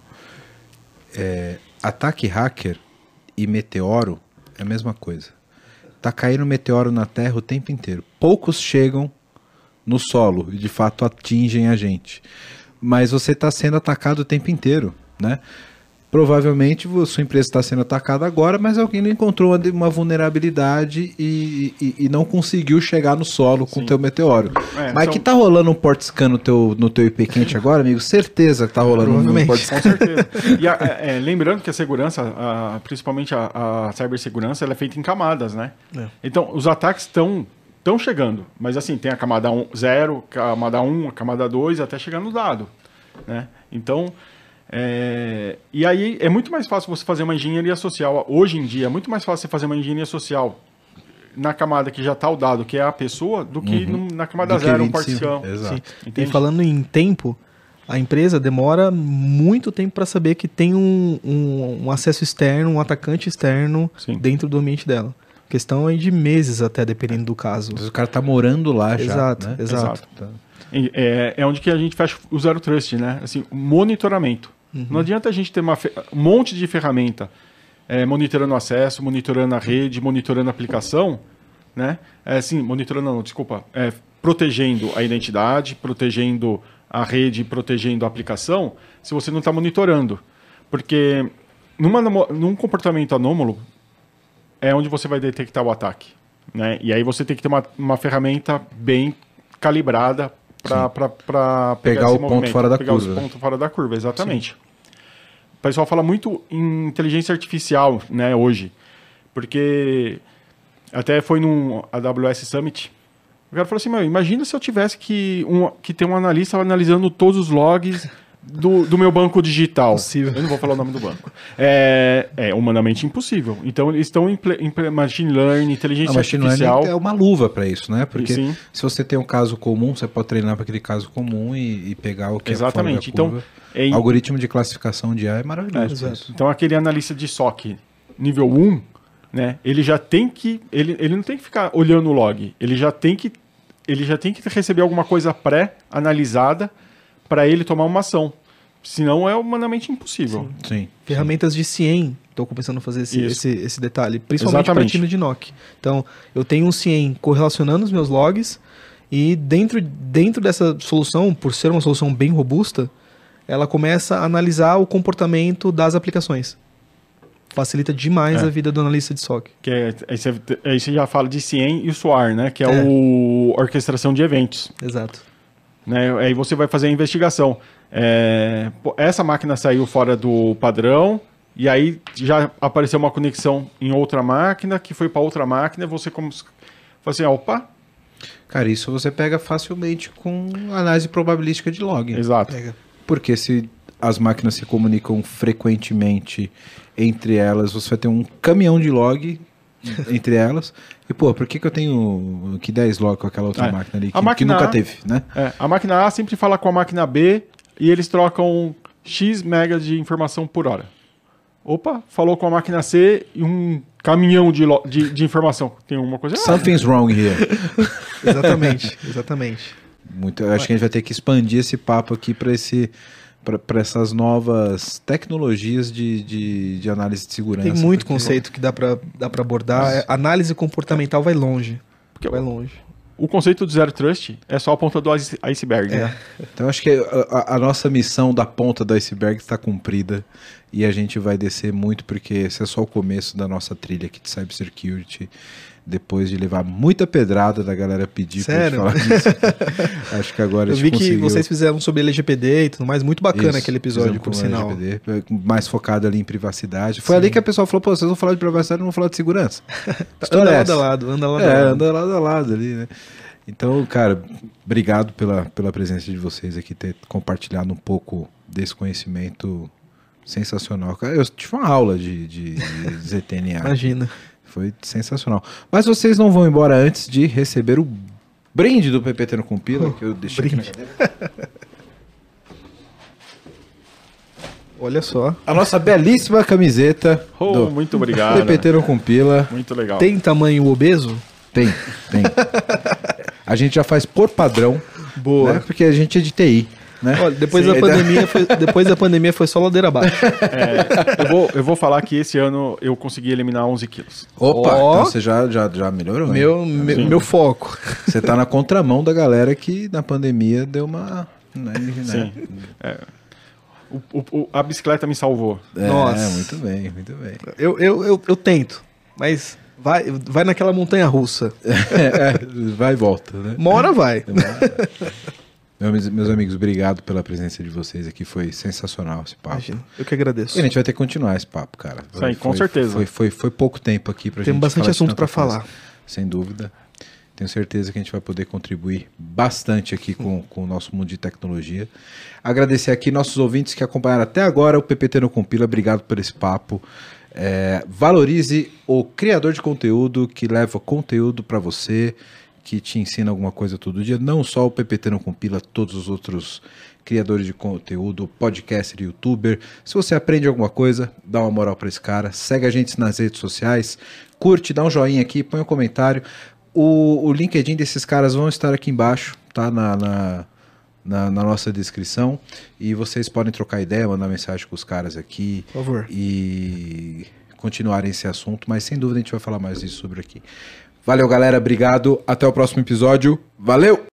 Ataque hacker e meteoro é a mesma coisa. Tá caindo meteoro na Terra o tempo inteiro. Poucos chegam no solo e de fato atingem a gente. Mas você está sendo atacado o tempo inteiro, né? Provavelmente sua empresa está sendo atacada agora, mas alguém não encontrou uma vulnerabilidade e não conseguiu chegar no solo com o teu meteoro. Mas que tá rolando um port scan no teu IP quente agora, amigo? Certeza que tá rolando um port scan. Com certeza. E lembrando que a segurança, principalmente a cibersegurança, ela é feita em camadas, né? Então, os ataques estão chegando, mas assim, tem a camada 0, camada 1, a camada 2, até chegar no dado, né? Então, e aí é muito mais fácil você fazer uma engenharia social, hoje em dia, é muito mais fácil você fazer uma engenharia social na camada que já está o dado, que é a pessoa, do que na camada 0, um partição. E falando em tempo, a empresa demora muito tempo para saber que tem um acesso externo, um atacante externo dentro do ambiente dela. Questão aí de meses até, dependendo do caso. O cara tá morando lá exato, já, né? Exato. É onde que a gente fecha o Zero Trust, né? Assim, monitoramento. Não adianta a gente ter um monte de ferramenta monitorando o acesso, monitorando a rede, monitorando a aplicação, né? Protegendo a identidade, protegendo a rede, protegendo a aplicação, se você não está monitorando. Porque num comportamento anômalo, é onde você vai detectar o ataque, né? E aí você tem que ter uma ferramenta bem calibrada para pegar o ponto fora da curva. Pegar os pontos fora da curva, exatamente. Sim. O pessoal fala muito em inteligência artificial, né, hoje. Porque até foi num AWS Summit, o cara falou assim, imagina se eu tivesse que ter um analista analisando todos os logs do meu banco digital. Possível. Eu não vou falar o nome do banco. É humanamente impossível. Então, eles estão em machine learning, inteligência machine artificial. learning é uma luva para isso, né? Porque Sim. se você tem um caso comum, você pode treinar para aquele caso comum e pegar o que Exatamente. é fora da curva. Então, algoritmo de classificação de IA é maravilhoso. Então, aquele analista de SOC nível 1, né, ele já tem que... Ele não tem que ficar olhando o log. Ele já tem que receber alguma coisa pré-analisada para ele tomar uma ação. Senão é humanamente impossível. Sim. Ferramentas de CIEM, estou começando a fazer esse detalhe, principalmente para Exatamente. time de NOC. Então, eu tenho um CIEM correlacionando os meus logs e dentro dessa solução, por ser uma solução bem robusta, ela começa a analisar o comportamento das aplicações. Facilita demais a vida do analista de SOC. Aí você já fala de CIEM e o SOAR, né? Que é o orquestração de eventos. Exato. Né? Aí você vai fazer a investigação. Essa máquina saiu fora do padrão e aí já apareceu uma conexão em outra máquina que foi para outra máquina e você fala assim, opa. Cara, isso você pega facilmente com análise probabilística de log. Exato. Porque se as máquinas se comunicam frequentemente entre elas, você vai ter um caminhão de log entre elas. E, pô, por que eu tenho que 10 log com aquela outra máquina ali que nunca teve, né? A máquina A sempre fala com a máquina B e eles trocam X megas de informação por hora. Opa, falou com a máquina C e um caminhão de informação. Tem uma coisa errada. Something's wrong here. Exatamente. Acho que a gente vai ter que expandir esse papo aqui para essas novas tecnologias de análise de segurança. Tem muito conceito que dá para abordar. Análise comportamental vai longe. Vai longe. O conceito do Zero Trust é só a ponta do iceberg, né? Então acho que a nossa missão da ponta do iceberg está cumprida e a gente vai descer muito porque esse é só o começo da nossa trilha aqui de cybersecurity. Depois de levar muita pedrada da galera pedir pra gente falar disso. Acho que agora eu a gente vi conseguiu. Que vocês fizeram sobre LGPD e tudo mais, muito bacana aquele episódio, por sinal. LGPD, mais focado ali em privacidade. Foi ali que a pessoa falou, pô, vocês vão falar de privacidade, não vão falar de segurança. Anda lado a lado. Anda lado a lado ali, né? Então, cara, obrigado pela presença de vocês aqui, ter compartilhado um pouco desse conhecimento sensacional. Eu tive uma aula de ZTNA. Imagina. Foi sensacional. Mas vocês não vão embora antes de receber o brinde do PPT no Compila, que eu deixei aqui na cadeira. Olha só. A nossa belíssima camiseta do muito obrigado. PPT no Compila. Muito legal. Tem tamanho obeso? Tem. A gente já faz por padrão. Boa. Né? Porque a gente é de TI. Né? Olha, depois da pandemia foi só ladeira abaixo. Eu vou falar que esse ano eu consegui eliminar 11 quilos. Opa, então você já melhorou. Meu foco. Você tá na contramão da galera que na pandemia deu uma... Sim. A bicicleta me salvou. Nossa. Muito bem. Eu tento, mas vai naquela montanha russa. Vai e volta, né? Uma hora vai. Meus amigos, obrigado pela presença de vocês aqui, foi sensacional esse papo. Imagina, eu que agradeço. E a gente vai ter que continuar esse papo, cara. Isso aí, com certeza. Foi pouco tempo aqui pra gente Tem bastante assunto para falar. Sem dúvida. Tenho certeza que a gente vai poder contribuir bastante aqui com o nosso mundo de tecnologia. Agradecer aqui nossos ouvintes que acompanharam até agora o PPT no Compila. Obrigado por esse papo. Valorize o criador de conteúdo que leva conteúdo para você, que te ensina alguma coisa todo dia, não só o PPT não Compila, todos os outros criadores de conteúdo, podcaster, youtuber. Se você aprende alguma coisa, dá uma moral para esse cara, segue a gente nas redes sociais, curte, dá um joinha aqui, põe um comentário. O LinkedIn desses caras vão estar aqui embaixo, tá? Na nossa descrição, e vocês podem trocar ideia, mandar mensagem com os caras aqui. Por favor. E continuarem esse assunto, mas sem dúvida a gente vai falar mais disso sobre aqui. Valeu, galera. Obrigado. Até o próximo episódio. Valeu!